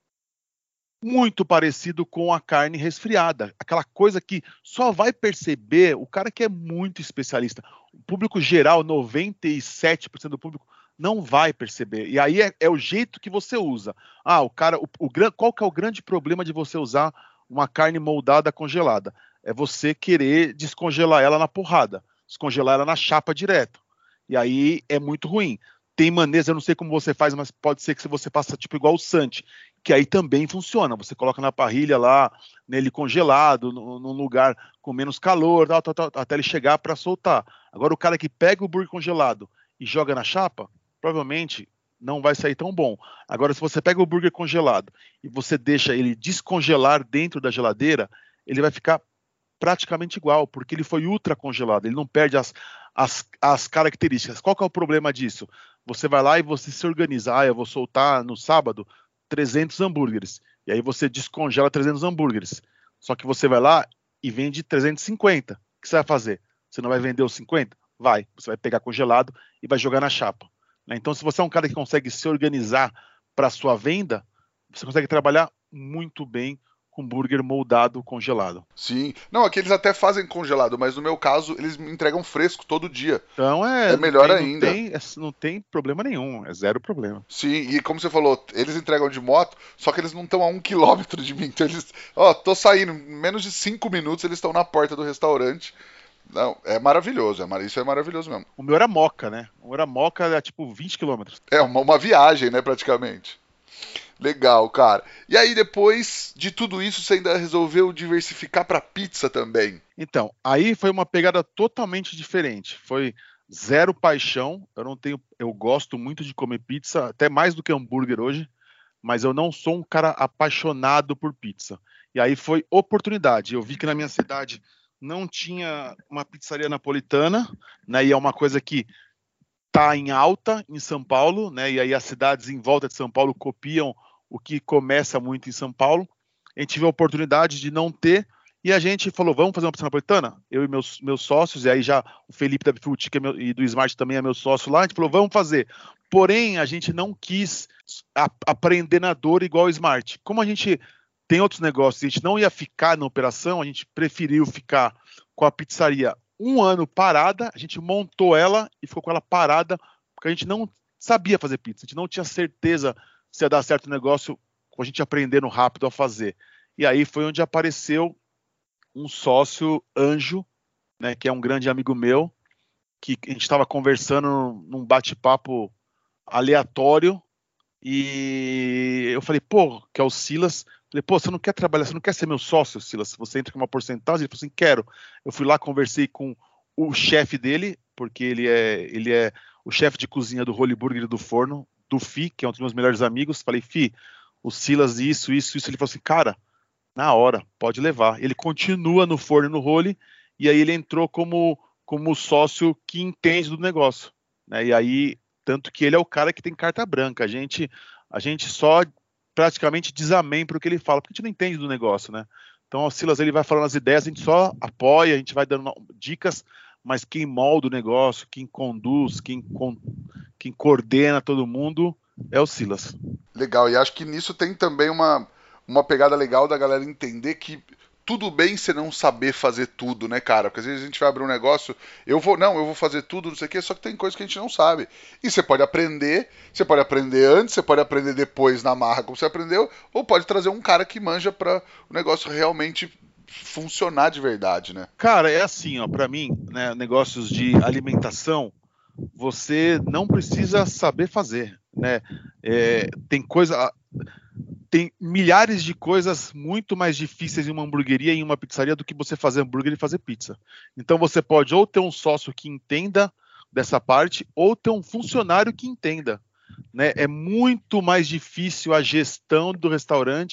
muito parecido com a carne resfriada. Aquela coisa que só vai perceber o cara que é muito especialista. O público geral, noventa e sete por cento do público, não vai perceber. E aí é, é o jeito que você usa. Ah, o cara, o, o, qual que é o grande problema de você usar uma carne moldada congelada? É você querer descongelar ela na porrada, descongelar ela na chapa direto. E aí é muito ruim. Tem maneiras, eu não sei como você faz, mas pode ser que você faça tipo igual o Santi, que aí também funciona. Você coloca na parrilha lá, nele congelado, num lugar com menos calor, tal, tal, tal, até ele chegar para soltar. Agora o cara que pega o burger congelado e joga na chapa, provavelmente não vai sair tão bom. Agora, se você pega o burger congelado e você deixa ele descongelar dentro da geladeira, ele vai ficar praticamente igual, porque ele foi ultra congelado, ele não perde as, as, as características. Qual que é o problema disso? Você vai lá e você se organiza. Ah, eu vou soltar no sábado trezentos hambúrgueres. E aí você descongela trezentos hambúrgueres. Só que você vai lá e vende trezentos e cinquenta. O que você vai fazer? Você não vai vender os cinquenta? Vai. Você vai pegar congelado e vai jogar na chapa. Então, se você é um cara que consegue se organizar para a sua venda, você consegue trabalhar muito bem com burger moldado congelado. Sim. Não, aqui eles até fazem congelado, mas no meu caso, eles me entregam fresco todo dia. Então é, é melhor tem, ainda. Não tem, não tem problema nenhum, é zero problema. Sim, e como você falou, eles entregam de moto, só que eles não estão a um quilômetro de mim. Então eles, ó, tô saindo, em menos de cinco minutos eles estão na porta do restaurante. Não, é maravilhoso, é, mar- isso é maravilhoso mesmo. O meu era Moca, né? O meu era Moca, é tipo vinte quilômetros. É uma, uma viagem, né, praticamente. Legal, cara. E aí, depois de tudo isso, você ainda resolveu diversificar para pizza também? Então, aí foi uma pegada totalmente diferente. Foi zero paixão. Eu não tenho, eu gosto muito de comer pizza, até mais do que hambúrguer hoje, mas eu não sou um cara apaixonado por pizza. E aí foi oportunidade. Eu vi que na minha cidade não tinha uma pizzaria napolitana, né? E é uma coisa que tá em alta em São Paulo, né? E aí as cidades em volta de São Paulo copiam o que começa muito em São Paulo. A gente teve a oportunidade de não ter, e a gente falou, vamos fazer uma pizza napolitana? Eu e meus, meus sócios, e aí já o Felipe da Bifruti, que é meu, e do Smart também é meu sócio lá, a gente falou, vamos fazer. Porém, a gente não quis a, aprender na dor igual o Smart. Como a gente tem outros negócios, a gente não ia ficar na operação, a gente preferiu ficar com a pizzaria um ano parada, a gente montou ela e ficou com ela parada, porque a gente não sabia fazer pizza, a gente não tinha certeza se ia dar certo o negócio, com a gente aprendendo rápido a fazer. E aí foi onde apareceu um sócio anjo, né, que é um grande amigo meu, que a gente estava conversando num bate-papo aleatório, e eu falei, pô, que é o Silas, falei, pô, você não quer trabalhar, você não quer ser meu sócio, Silas? Você entra com uma porcentagem? Ele falou assim, quero. Eu fui lá, conversei com o chefe dele, porque ele é, ele é o chefe de cozinha do Holy Burger do Forno, do Fi, que é um dos meus melhores amigos. Falei, Fi, o Silas isso, isso, isso. Ele falou assim, cara, na hora, pode levar. Ele continua no Forno e no Holy, e aí ele entrou como, como sócio que entende do negócio, né? E aí, tanto que ele é o cara que tem carta branca. A gente, a gente só praticamente diz amém para o que ele fala, porque a gente não entende do negócio, né? Então o Silas ele vai falando as ideias, a gente só apoia, a gente vai dando dicas, mas quem molda o negócio, quem conduz, quem, quem coordena todo mundo é o Silas. Legal, e acho que nisso tem também uma, uma pegada legal da galera entender que tudo bem você não saber fazer tudo, né, cara? Porque às vezes a gente vai abrir um negócio, eu vou, não, eu vou fazer tudo, não sei o quê, só que tem coisa que a gente não sabe. E você pode aprender, você pode aprender antes, você pode aprender depois na marra como você aprendeu, ou pode trazer um cara que manja para o negócio realmente funcionar de verdade, né? Cara, é assim, ó, para mim, né, negócios de alimentação, você não precisa saber fazer, né? É, tem coisa, tem milhares de coisas muito mais difíceis em uma hamburgueria e em uma pizzaria do que você fazer hambúrguer e fazer pizza. Então você pode ou ter um sócio que entenda dessa parte, ou ter um funcionário que entenda, né? É muito mais difícil a gestão do restaurante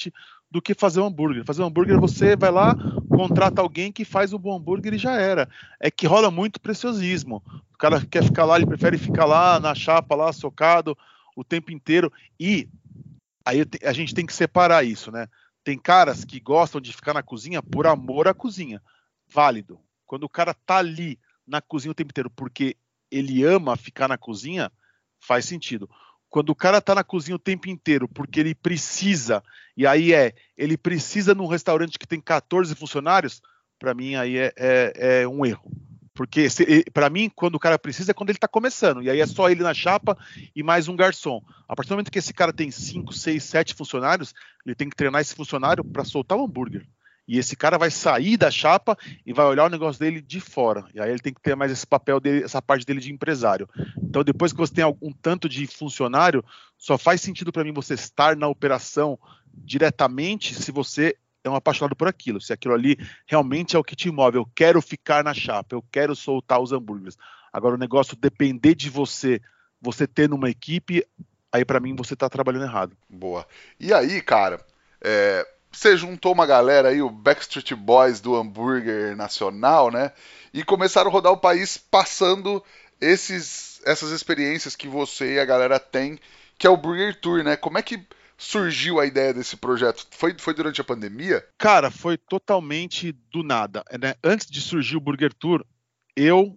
do que fazer um hambúrguer. Fazer um hambúrguer, você vai lá, contrata alguém que faz um bom hambúrguer e já era. É que rola muito preciosismo. O cara quer ficar lá, ele prefere ficar lá na chapa, lá socado o tempo inteiro. E aí a gente tem que separar isso, né? Tem caras que gostam de ficar na cozinha por amor à cozinha. Válido. Quando o cara tá ali na cozinha o tempo inteiro porque ele ama ficar na cozinha, faz sentido. Quando o cara tá na cozinha o tempo inteiro porque ele precisa, e aí é, ele precisa num restaurante que tem quatorze funcionários, para mim aí é, é, é um erro. Porque para mim, quando o cara precisa é quando ele tá começando, e aí é só ele na chapa e mais um garçom. A partir do momento que esse cara tem cinco, seis, sete funcionários, ele tem que treinar esse funcionário para soltar o hambúrguer. E esse cara vai sair da chapa e vai olhar o negócio dele de fora. E aí ele tem que ter mais esse papel dele, essa parte dele de empresário. Então, depois que você tem algum tanto de funcionário, só faz sentido para mim você estar na operação diretamente se você é um apaixonado por aquilo. Se aquilo ali realmente é o que te move. Eu quero ficar na chapa, eu quero soltar os hambúrgueres. Agora, o negócio depender de você, você ter numa equipe, aí para mim você tá trabalhando errado. Boa. E aí, cara, é... você juntou uma galera aí, o Backstreet Boys do hambúrguer nacional, né? E começaram a rodar o país passando esses, essas experiências que você e a galera tem, que é o Burger Tour, né? Como é que surgiu a ideia desse projeto? Foi, foi durante a pandemia? Cara, foi totalmente do nada, né? Antes de surgir o Burger Tour, eu,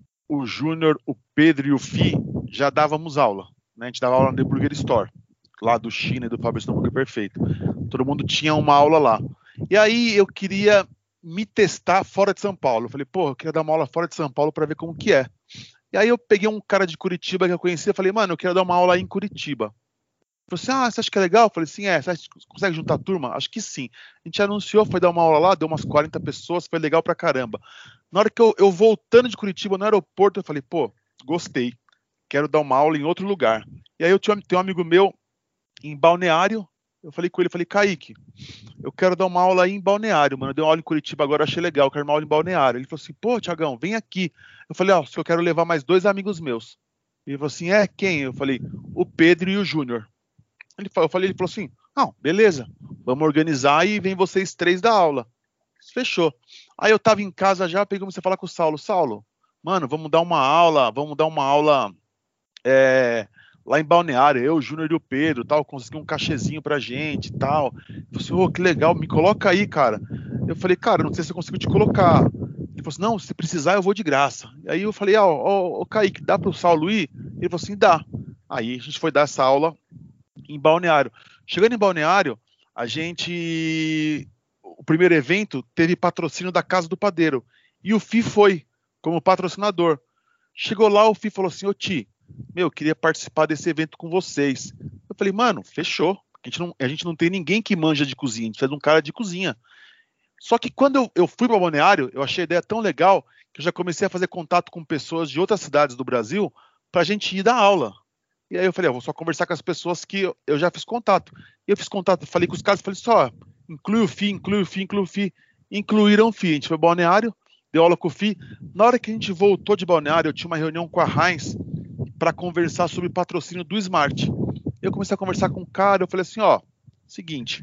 o Júnior, o Pedro e o Fi já dávamos aula, né? A gente dava aula no The Burger Store, lá do China e do Fabrício do Hambúrguer Perfeito. Todo mundo tinha uma aula lá. E aí eu queria me testar fora de São Paulo. Eu falei, pô, eu queria dar uma aula fora de São Paulo para ver como que é. E aí eu peguei um cara de Curitiba que eu conhecia e falei, mano, eu quero dar uma aula aí em Curitiba. Ele falou assim, ah, você acha que é legal? Eu falei, sim, é. Você acha que consegue juntar a turma? Acho que sim. A gente anunciou, foi dar uma aula lá, deu umas quarenta pessoas, foi legal pra caramba. Na hora que eu, eu voltando de Curitiba no aeroporto, eu falei, pô, gostei. Quero dar uma aula em outro lugar. E aí eu tinha, tenho um amigo meu em Balneário. Eu falei com ele, falei, Kaique, eu quero dar uma aula aí em Balneário, mano. Eu dei uma aula em Curitiba agora, achei legal, eu quero uma aula em Balneário. Ele falou assim, pô, Tiagão, vem aqui. Eu falei, ó, oh, eu quero levar mais dois amigos meus. Ele falou assim, é, quem? Eu falei, o Pedro e o Júnior. Ele, eu falei, ele falou assim, não, beleza, vamos organizar e vem vocês três da aula. Fechou. Aí eu tava em casa já, peguei comecei a falar com o Saulo. Saulo, mano, vamos dar uma aula, vamos dar uma aula... É, lá em Balneário, eu, o Júnior e o Pedro, tal, consegui um cachezinho pra gente, tal. Ele falou assim, ô, que legal, me coloca aí, cara. Eu falei, cara, não sei se eu consigo te colocar. Ele falou assim, não, se precisar eu vou de graça. E aí eu falei, ó, ó, ó, Kaique, dá pro Saulo ir? Ele falou assim, dá. Aí a gente foi dar essa aula em Balneário. Chegando em Balneário, a gente... O primeiro evento teve patrocínio da Casa do Padeiro. E o Fi foi, como patrocinador. Chegou lá, o Fi falou assim, ô Ti, meu, eu queria participar desse evento com vocês. Eu falei, mano, fechou. A gente não, a gente não tem ninguém que manja de cozinha, a gente faz um cara de cozinha. Só que quando eu, eu fui para o Balneário, eu achei a ideia tão legal que eu já comecei a fazer contato com pessoas de outras cidades do Brasil para a gente ir dar aula. E aí eu falei, eu vou só conversar com as pessoas que eu, eu já fiz contato. E eu fiz contato, falei com os caras, falei só, inclui o Fi, inclui o Fi, inclui o Fi. Incluíram o Fi. A gente foi ao Balneário, deu aula com o Fi. Na hora que a gente voltou de Balneário, eu tinha uma reunião com a Heinz para conversar sobre patrocínio do Smart. Eu comecei a conversar com o cara, eu falei assim, ó, seguinte,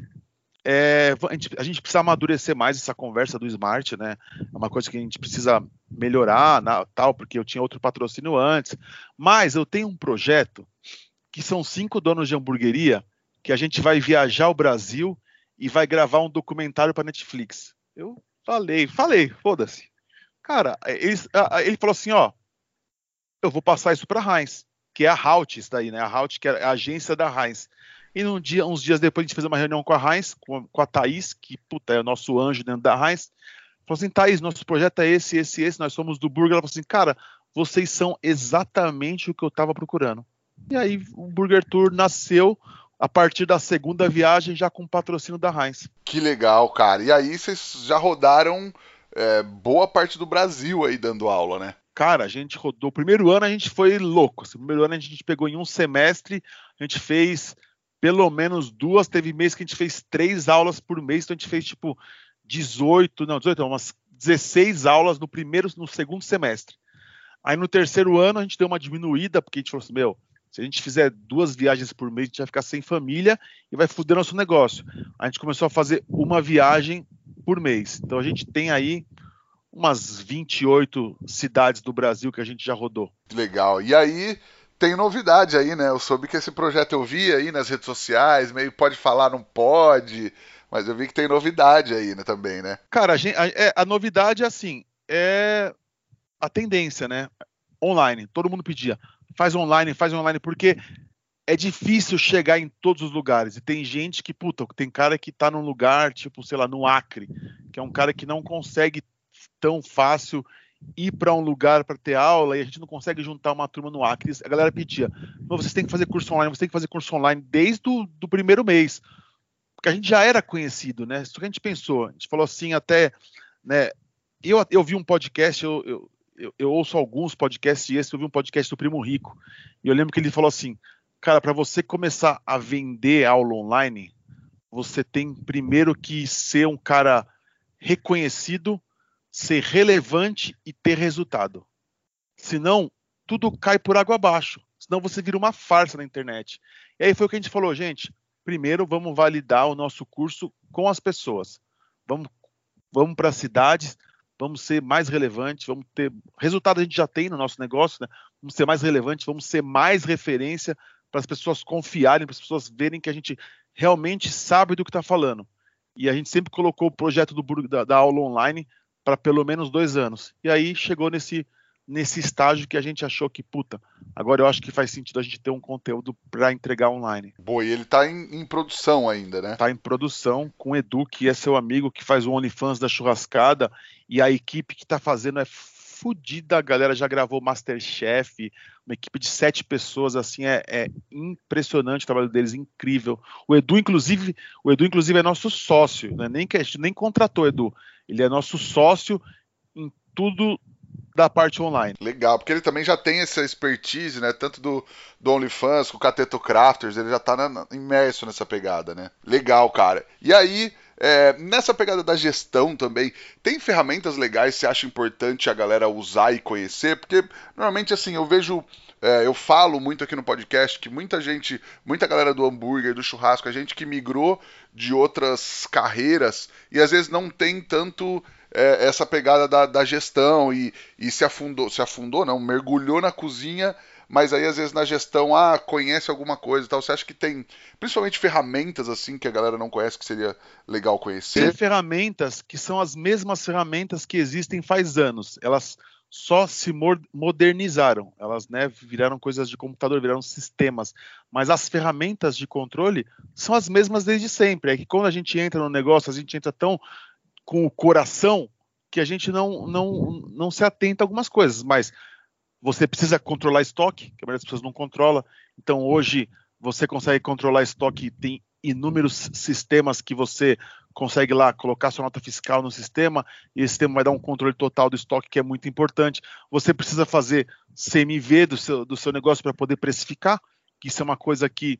é, a, gente, a gente precisa amadurecer mais essa conversa do Smart, né? É uma coisa que a gente precisa melhorar, na, tal, porque eu tinha outro patrocínio antes. Mas eu tenho um projeto que são cinco donos de hamburgueria que a gente vai viajar ao Brasil e vai gravar um documentário para Netflix. Eu falei, falei, foda-se. Cara, ele, ele falou assim, ó, eu vou passar isso para a Heinz, que é a Halt, isso daí, né? A Halt, que é a agência da Heinz. E num dia, uns dias depois a gente fez uma reunião com a Heinz, com, com a Thaís, que puta, é o nosso anjo dentro da Heinz. Falou assim, Thaís, nosso projeto é esse, esse, esse, nós somos do Burger. Ela falou assim, cara, vocês são exatamente o que eu estava procurando. E aí o Burger Tour nasceu a partir da segunda viagem, já com o patrocínio da Heinz. Que legal, cara. E aí vocês já rodaram é, boa parte do Brasil aí dando aula, né? Cara, a gente rodou. O primeiro ano a gente foi louco. Assim, o primeiro ano a gente pegou em um semestre, a gente fez pelo menos duas. Teve mês que a gente fez três aulas por mês, então a gente fez tipo dezoito, não, dezoito, não, umas dezesseis aulas no primeiro, no segundo semestre. Aí no terceiro ano a gente deu uma diminuída, porque a gente falou assim, meu, Se a gente fizer duas viagens por mês, a gente vai ficar sem família e vai foder nosso negócio. A gente começou a fazer uma viagem por mês. Então a gente tem aí umas vinte e oito cidades do Brasil que a gente já rodou. Legal. E aí tem novidade aí, né? Eu soube que esse projeto eu vi aí nas redes sociais, meio pode falar, não pode, mas eu vi que tem novidade aí, né, também, né? Cara, a, gente, a, é, a novidade é assim, é a tendência, né? Online. Todo mundo pedia, faz online, faz online, porque é difícil chegar em todos os lugares. E tem gente que, puta, tem cara que tá num lugar, tipo, sei lá, no Acre, que é um cara que não consegue tão fácil ir para um lugar para ter aula e a gente não consegue juntar uma turma no Acre. A galera pedia, vocês têm que fazer curso online, vocês têm que fazer curso online desde o do primeiro mês. Porque a gente já era conhecido, né? Isso que a gente pensou. A gente falou assim até, né? Eu, eu vi um podcast, eu, eu, eu, eu ouço alguns podcasts e esse eu vi um podcast do Primo Rico. E eu lembro que ele falou assim, cara, para você começar a vender aula online, você tem primeiro que ser um cara reconhecido, ser relevante e ter resultado. Senão, tudo cai por água abaixo. Senão você vira uma farsa na internet. E aí foi o que a gente falou, gente, primeiro vamos validar o nosso curso com as pessoas. Vamos, vamos para as cidades, vamos ser mais relevantes, vamos ter... Resultado a gente já tem no nosso negócio, né? Vamos ser mais relevantes, vamos ser mais referência para as pessoas confiarem, para as pessoas verem que a gente realmente sabe do que está falando. E a gente sempre colocou o projeto do, da, da aula online para pelo menos dois anos. E aí chegou nesse, nesse estágio que a gente achou que, puta, agora eu acho que faz sentido a gente ter um conteúdo para entregar online. Boa, e ele tá em, em produção ainda, né? Tá em produção com o Edu, que é seu amigo, que faz o OnlyFans da churrascada, e a equipe que tá fazendo é fodida, a galera já gravou MasterChef, uma equipe de sete pessoas, assim, é, é impressionante o trabalho deles, incrível. O Edu, inclusive, o Edu, inclusive, é nosso sócio, né? Nem que a gente nem contratou o Edu, ele é nosso sócio em tudo da parte online. Legal, porque ele também já tem essa expertise, né? Tanto do, do OnlyFans, com o Cateto Crafters, ele já tá na, imerso nessa pegada, né? Legal, cara. E aí, é, nessa pegada da gestão também, tem ferramentas legais que você acha importante a galera usar e conhecer? Porque, normalmente, assim, eu vejo... É, eu falo muito aqui no podcast que muita gente, muita galera do hambúrguer, do churrasco, a gente que migrou de outras carreiras e às vezes não tem tanto é, essa pegada da, da gestão e, e se afundou, se afundou não, mergulhou na cozinha, mas aí às vezes na gestão, ah, conhece alguma coisa e tal. Você acha que tem, principalmente ferramentas assim que a galera não conhece que seria legal conhecer? Tem ferramentas que são as mesmas ferramentas que existem faz anos. Elas só se modernizaram, elas, né, viraram coisas de computador, viraram sistemas, mas as ferramentas de controle são as mesmas desde sempre. É que quando a gente entra no negócio, a gente entra tão com o coração que a gente não, não, não se atenta a algumas coisas, mas você precisa controlar estoque, que a maioria das pessoas não controla, então hoje você consegue controlar estoque, tem inúmeros sistemas que você consegue lá colocar sua nota fiscal no sistema e esse sistema vai dar um controle total do estoque, que é muito importante. Você precisa fazer C M V do seu, do seu negócio para poder precificar, que isso é uma coisa que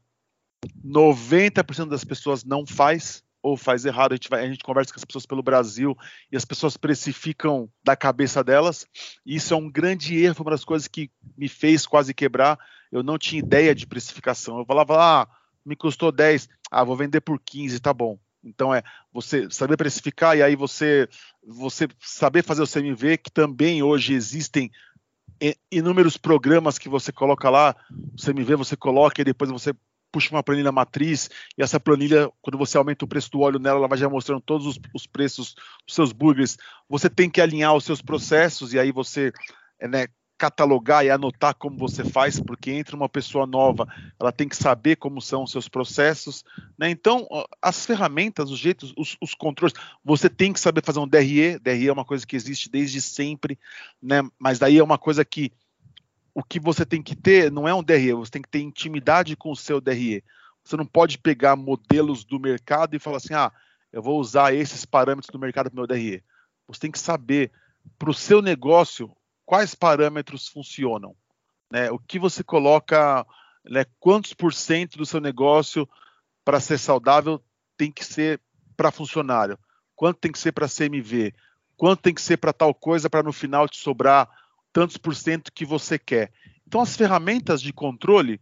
noventa por cento das pessoas não faz ou faz errado. A gente, vai, a gente conversa com as pessoas pelo Brasil e as pessoas precificam da cabeça delas. E isso é um grande erro, foi uma das coisas que me fez quase quebrar. Eu não tinha ideia de precificação. Eu falava, ah, me custou dez, ah, vou vender por quinze, tá bom. Então é você saber precificar e aí você, você saber fazer o C M V, que também hoje existem inúmeros programas que você coloca lá, o C M V você coloca e depois você puxa uma planilha matriz e essa planilha, quando você aumenta o preço do óleo nela, ela vai já mostrando todos os, os preços dos seus burgers. Você tem que alinhar os seus processos e aí você, né, catalogar e anotar como você faz, porque entra uma pessoa nova, ela tem que saber como são os seus processos, né? Então, as ferramentas, os jeitos, os, os controles, você tem que saber fazer um D R E, D R E é uma coisa que existe desde sempre, né? Mas daí é uma coisa que o que você tem que ter não é um D R E, você tem que ter intimidade com o seu D R E. Você não pode pegar modelos do mercado e falar assim, ah, eu vou usar esses parâmetros do mercado para o meu D R E. Você tem que saber, para o seu negócio, quais parâmetros funcionam, né? O que você coloca, né, quantos por cento do seu negócio para ser saudável tem que ser para funcionário, quanto tem que ser para C M V, quanto tem que ser para tal coisa para no final te sobrar tantos por cento que você quer. Então as ferramentas de controle,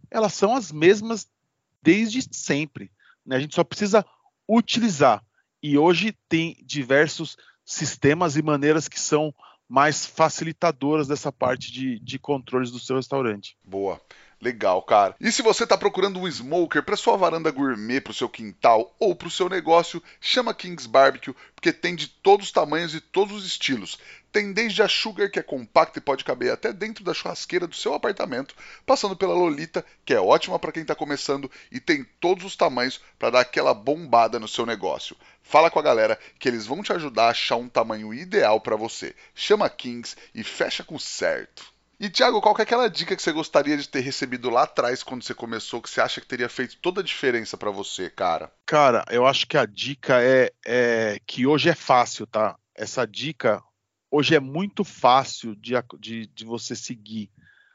elas são as mesmas desde sempre, né? A gente só precisa utilizar. E hoje tem diversos sistemas e maneiras que são mais facilitadoras dessa parte de, de controles do seu restaurante. Boa. Legal, cara. E se você está procurando um smoker para sua varanda gourmet, para o seu quintal ou para o seu negócio, chama Kings Barbecue, porque tem de todos os tamanhos e todos os estilos. Tem desde a Sugar, que é compacta e pode caber até dentro da churrasqueira do seu apartamento, passando pela Lolita, que é ótima para quem está começando e tem todos os tamanhos para dar aquela bombada no seu negócio. Fala com a galera que eles vão te ajudar a achar um tamanho ideal para você. Chama Kings e fecha com certo. E, Thiago, qual que é aquela dica que você gostaria de ter recebido lá atrás, quando você começou, que você acha que teria feito toda a diferença pra você, cara? Cara, eu acho que a dica é, é que hoje é fácil, tá? Essa dica hoje é muito fácil de, de, de você seguir.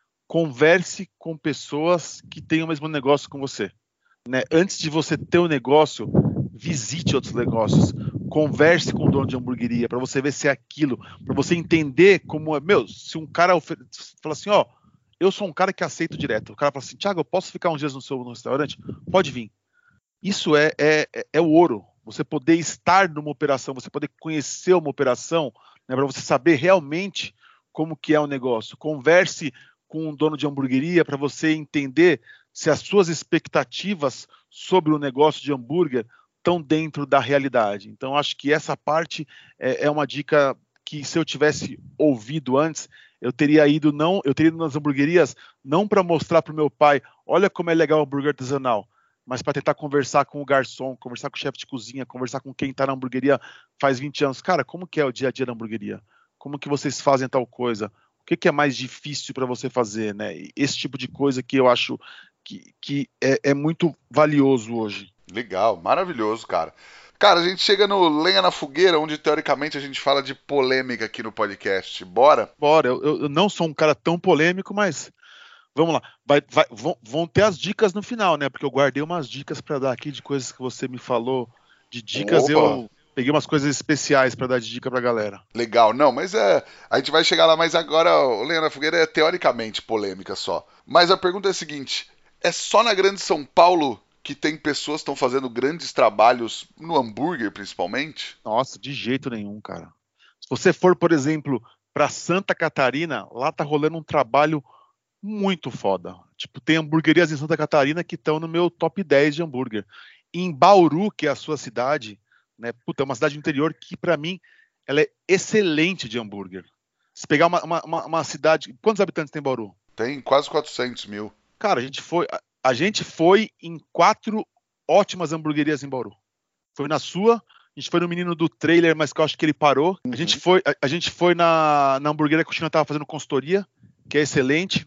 Converse com pessoas que têm o mesmo negócio com você, né? Antes de você ter um negócio, visite outros negócios. Converse com o dono de hamburgueria para você ver se é aquilo, para você entender como é. Meu, se um cara fala assim, ó, eu sou um cara que aceito direto. O cara fala assim, Thiago, eu posso ficar uns dias no seu no restaurante? Pode vir. Isso é, é, é o ouro. Você poder estar numa operação, você poder conhecer uma operação, né, para você saber realmente como que é o negócio. Converse com um dono de hamburgueria para você entender se as suas expectativas sobre o negócio de hambúrguer estão dentro da realidade. Então, acho que essa parte é, é uma dica que, se eu tivesse ouvido antes, eu teria ido não, eu teria ido nas hamburguerias não para mostrar para o meu pai, olha como é legal o hambúrguer artesanal, mas para tentar conversar com o garçom, conversar com o chefe de cozinha, conversar com quem está na hamburgueria faz vinte anos. Cara, como que é o dia a dia da hamburgueria? Como que vocês fazem tal coisa? O que, que é mais difícil para você fazer, né? Esse tipo de coisa que eu acho que, que é, é muito valioso hoje. Legal, maravilhoso, cara. Cara, a gente chega no Lenha na Fogueira, onde teoricamente a gente fala de polêmica aqui no podcast. Bora? Bora, eu, eu não sou um cara tão polêmico, mas vamos lá. Vai, vai, vão, vão ter as dicas no final, né? Porque eu guardei umas dicas para dar aqui de coisas que você me falou. De dicas, Opa. eu peguei umas coisas especiais para dar de dica pra galera. Legal, não, mas é. A gente vai chegar lá, mas agora o Lenha na Fogueira é teoricamente polêmica só. Mas a pergunta é a seguinte: é só na Grande São Paulo que tem pessoas que estão fazendo grandes trabalhos no hambúrguer, principalmente? Nossa, de jeito nenhum, cara. Se você for, por exemplo, para Santa Catarina, lá tá rolando um trabalho muito foda. Tipo, tem hamburguerias em Santa Catarina que estão no meu top dez de hambúrguer. Em Bauru, que é a sua cidade, né? Puta, é uma cidade do interior que, para mim, ela é excelente de hambúrguer. Se pegar uma, uma, uma, uma cidade... Quantos habitantes tem Bauru? Tem quase quatrocentos mil. Cara, a gente foi... A, a gente foi em quatro ótimas hamburguerias em Bauru. Foi na sua... A gente foi no menino do trailer, mas que eu acho que ele parou. Uhum. A gente foi, a, a gente foi na, na hamburgueria que o China tava fazendo consultoria, que é excelente.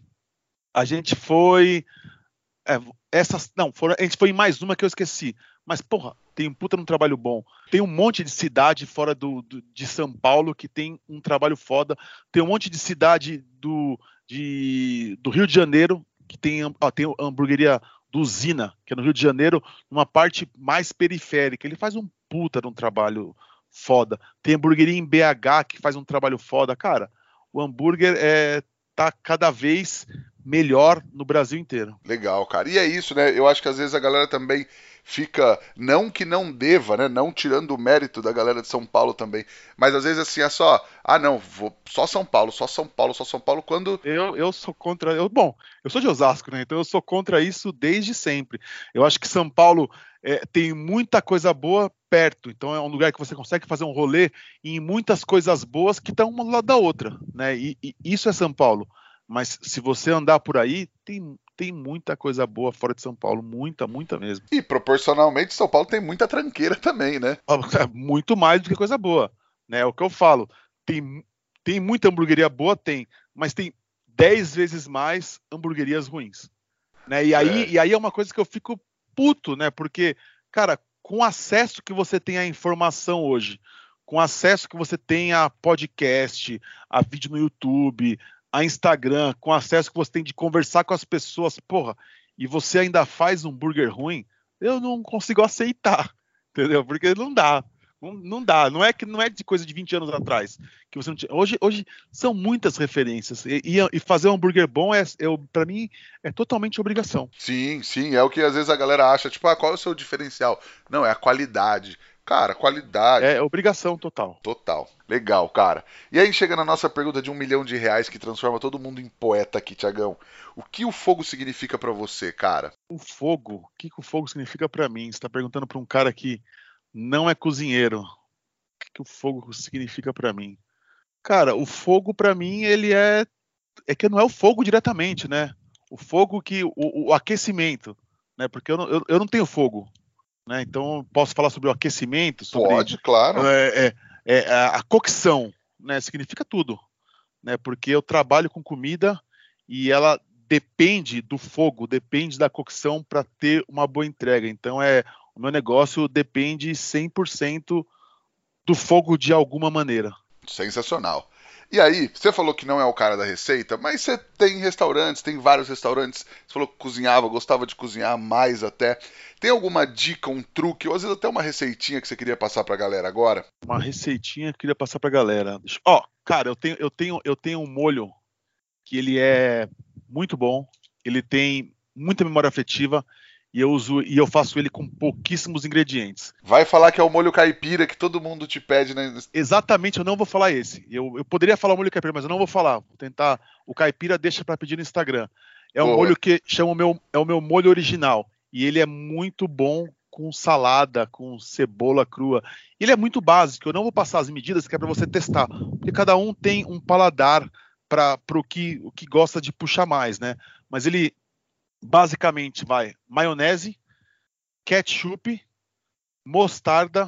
A gente foi... É, essas, não, foram, a gente foi em mais uma que eu esqueci. Mas, porra, tem um puta num trabalho bom. Tem um monte de cidade fora do, do, de São Paulo que tem um trabalho foda. Tem um monte de cidade do, de, do Rio de Janeiro que tem, ó, tem a hamburgueria do Usina, que é no Rio de Janeiro, numa parte mais periférica. Ele faz um puta num trabalho foda. Tem hamburgueria em B H que faz um trabalho foda. Cara, o hambúrguer é, tá cada vez melhor no Brasil inteiro. Legal, cara. E é isso, né? Eu acho que às vezes a galera também fica, não que não deva, né? Não tirando o mérito da galera de São Paulo também, mas às vezes assim é só, ah não, vou só São Paulo, só São Paulo, só São Paulo, quando... Eu, eu sou contra, eu, bom, eu sou de Osasco, né? Então eu sou contra isso desde sempre. Eu acho que São Paulo é, tem muita coisa boa perto, então é um lugar que você consegue fazer um rolê em muitas coisas boas que estão uma do lado da outra, né? E, e isso é São Paulo. Mas se você andar por aí, tem, tem muita coisa boa fora de São Paulo, muita, muita mesmo. E proporcionalmente São Paulo tem muita tranqueira também, né? Muito mais do que coisa boa, né? É o que eu falo. Tem, tem muita hamburgueria boa, tem, mas tem dez vezes mais hamburguerias ruins, né? E aí é. e aí é uma coisa que eu fico puto, né? Porque, cara, com o acesso que você tem à informação hoje, com o acesso que você tem a podcast, a vídeo no YouTube, a Instagram, com acesso que você tem de conversar com as pessoas, porra, e você ainda faz um hambúrguer ruim, eu não consigo aceitar, entendeu? Porque não dá. Não, não dá, não é que não é de coisa de vinte anos atrás que você não tinha. Hoje, hoje são muitas referências e, e, e fazer um hambúrguer bom é, é para mim é totalmente obrigação. Sim, sim, é o que às vezes a galera acha, tipo, ah, qual é o seu diferencial? Não, é a qualidade. Cara, qualidade. É obrigação total. Total. Legal, cara. E aí chega na nossa pergunta de um milhão de reais que transforma todo mundo em poeta aqui, Tiagão. O que o fogo significa pra você, cara? O fogo, o que, que o fogo significa para mim? Você está perguntando para um cara que não é cozinheiro. O que, que o fogo significa para mim? Cara, o fogo para mim ele é é que não é o fogo diretamente, né? O fogo que o, o aquecimento, né? Porque eu não, eu, eu não tenho fogo, né? Então posso falar sobre o aquecimento, sobre Pode, claro. é, é, é, a cocção, né? Significa tudo, né? Porque eu trabalho com comida e ela depende do fogo, depende da cocção para ter uma boa entrega. Então é o meu negócio depende cem por cento do fogo de alguma maneira. Sensacional. E aí, você falou que não é o cara da receita, mas você tem restaurantes, tem vários restaurantes. Você falou que cozinhava, gostava de cozinhar mais até. Tem alguma dica, um truque, ou às vezes até uma receitinha que você queria passar pra galera agora? Uma receitinha que eu queria passar pra galera. Ó, cara, eu tenho, eu tenho, eu tenho um molho que ele é muito bom, ele tem muita memória afetiva e eu uso e eu faço ele com pouquíssimos ingredientes. Vai falar que é o molho caipira que todo mundo te pede, né? Exatamente, eu não vou falar esse. Eu, eu poderia falar o molho caipira, mas eu não vou falar. Vou tentar. O caipira deixa para pedir no Instagram. É um Boa. molho que chama o meu, é o meu molho original e ele é muito bom com salada, com cebola crua. Ele é muito básico. Eu não vou passar as medidas que é para você testar, porque cada um tem um paladar para o que o que gosta de puxar mais, né? Mas ele basicamente vai maionese, ketchup, mostarda,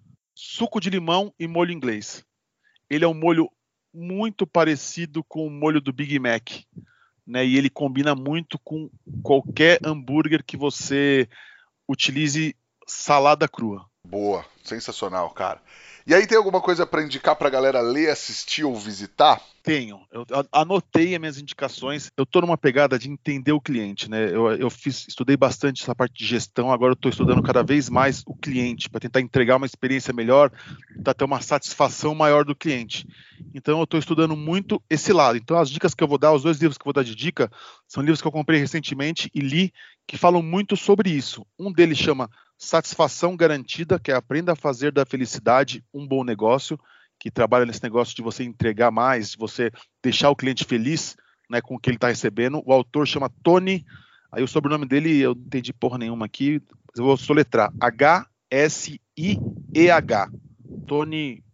suco de limão e molho inglês. Ele é um molho muito parecido com o molho do Big Mac, né? E ele combina muito com qualquer hambúrguer que você utilize salada crua. Boa, sensacional, cara. E aí tem alguma coisa pra indicar pra galera ler, assistir ou visitar? Tenho. Eu anotei as minhas indicações. Eu estou numa pegada de entender o cliente, né? Eu, eu fiz, estudei bastante essa parte de gestão. Agora eu estou estudando cada vez mais o cliente para tentar entregar uma experiência melhor, para ter uma satisfação maior do cliente. Então eu estou estudando muito esse lado. Então as dicas que eu vou dar, os dois livros que eu vou dar de dica, são livros que eu comprei recentemente e li que falam muito sobre isso. Um deles chama Satisfação Garantida, que é Aprenda a Fazer da Felicidade um Bom Negócio, que trabalha nesse negócio de você entregar mais, de você deixar o cliente feliz, né, com o que ele está recebendo. O autor chama Tony, aí o sobrenome dele eu não entendi porra nenhuma aqui, mas eu vou soletrar, H S I E H. Tony,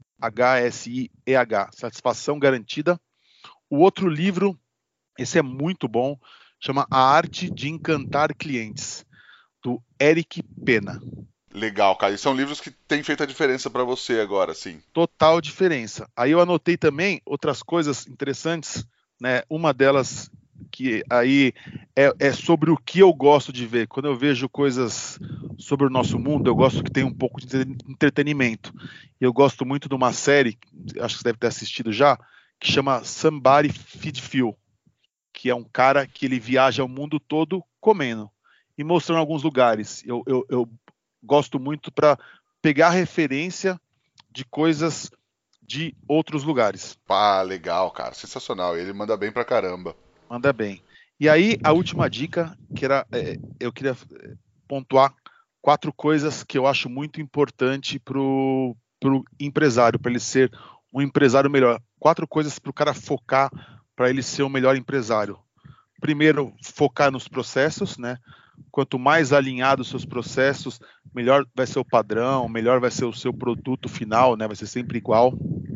H S I E H, Satisfação Garantida. O outro livro, esse é muito bom, chama A Arte de Encantar Clientes, do Eric Pena. Legal, cara. E são livros que têm feito a diferença pra você agora, sim. Total diferença. Aí eu anotei também outras coisas interessantes, né? Uma delas que aí é, é sobre o que eu gosto de ver. Quando eu vejo coisas sobre o nosso mundo, eu gosto que tenha um pouco de entretenimento. Eu gosto muito de uma série, acho que você deve ter assistido já, que chama Somebody Feed Phil, que é um cara que ele viaja o mundo todo comendo e mostrando alguns lugares. Eu, eu, eu gosto muito para pegar referência de coisas de outros lugares. Ah, legal, cara. Sensacional. Ele manda bem pra caramba. Manda bem. E aí, a última dica, que era, é, eu queria pontuar quatro coisas que eu acho muito importante para o empresário, para ele ser um empresário melhor. Quatro coisas para o cara focar, para ele ser o melhor empresário. Primeiro, focar nos processos, né? Quanto mais alinhados os seus processos, melhor vai ser o padrão, melhor vai ser o seu produto final, né? Vai ser sempre igual.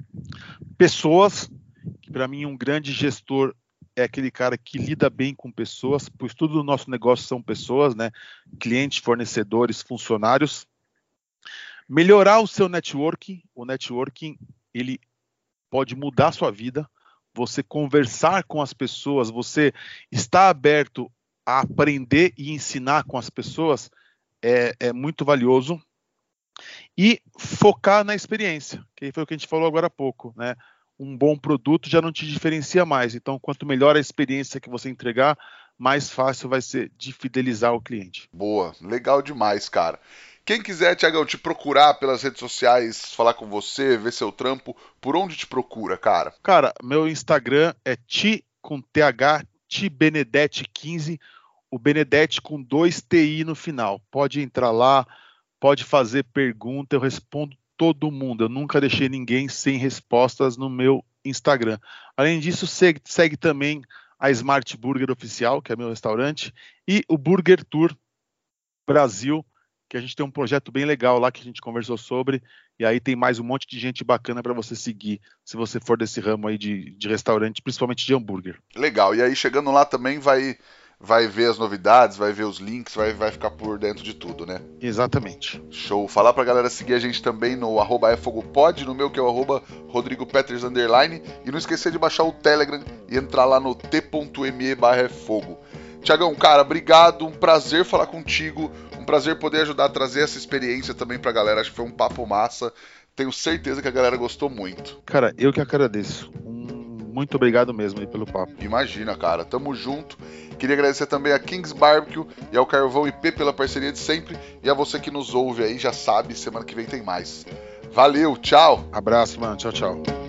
Pessoas, que para mim um grande gestor é aquele cara que lida bem com pessoas, pois tudo no nosso negócio são pessoas, né? Clientes, fornecedores, funcionários. Melhorar o seu networking. O networking, ele pode mudar a sua vida. Você conversar com as pessoas, você estar aberto a aprender e ensinar com as pessoas é, é muito valioso. E focar na experiência, que foi o que a gente falou agora há pouco, né? Um bom produto já não te diferencia mais. Então, quanto melhor a experiência que você entregar, mais fácil vai ser de fidelizar o cliente. Boa, legal demais, cara. Quem quiser, Tiagão, te procurar pelas redes sociais, falar com você, ver seu trampo, por onde te procura, cara? Cara, meu Instagram é ti com th, tibenedetti quinze, o Benedetti com dois T I no final. Pode entrar lá, pode fazer pergunta, eu respondo todo mundo. Eu nunca deixei ninguém sem respostas no meu Instagram. Além disso, segue, segue também a Smart Burger Oficial, que é meu restaurante, e o Burger Tour Brasil, que a gente tem um projeto bem legal lá que a gente conversou sobre, e aí tem mais um monte de gente bacana para você seguir, se você for desse ramo aí de, de restaurante, principalmente de hambúrguer. Legal, e aí chegando lá também vai, vai ver as novidades, vai ver os links, vai, vai ficar por dentro de tudo, né? Exatamente. Show. Falar pra galera seguir a gente também no arroba efogopod, no meu que é o arroba Rodrigo Peters underline, e não esquecer de baixar o Telegram e entrar lá no t.me barra fogo. Tiagão, cara, obrigado, um prazer falar contigo, um prazer poder ajudar a trazer essa experiência também pra galera, acho que foi um papo massa, tenho certeza que a galera gostou muito. Cara, eu que agradeço, um, muito obrigado mesmo aí pelo papo. Imagina, cara, tamo junto, queria agradecer também a Kings Barbecue e ao Carvão I P pela parceria de sempre, e a você que nos ouve aí, já sabe, semana que vem tem mais. Valeu, tchau! Abraço, mano, tchau, tchau.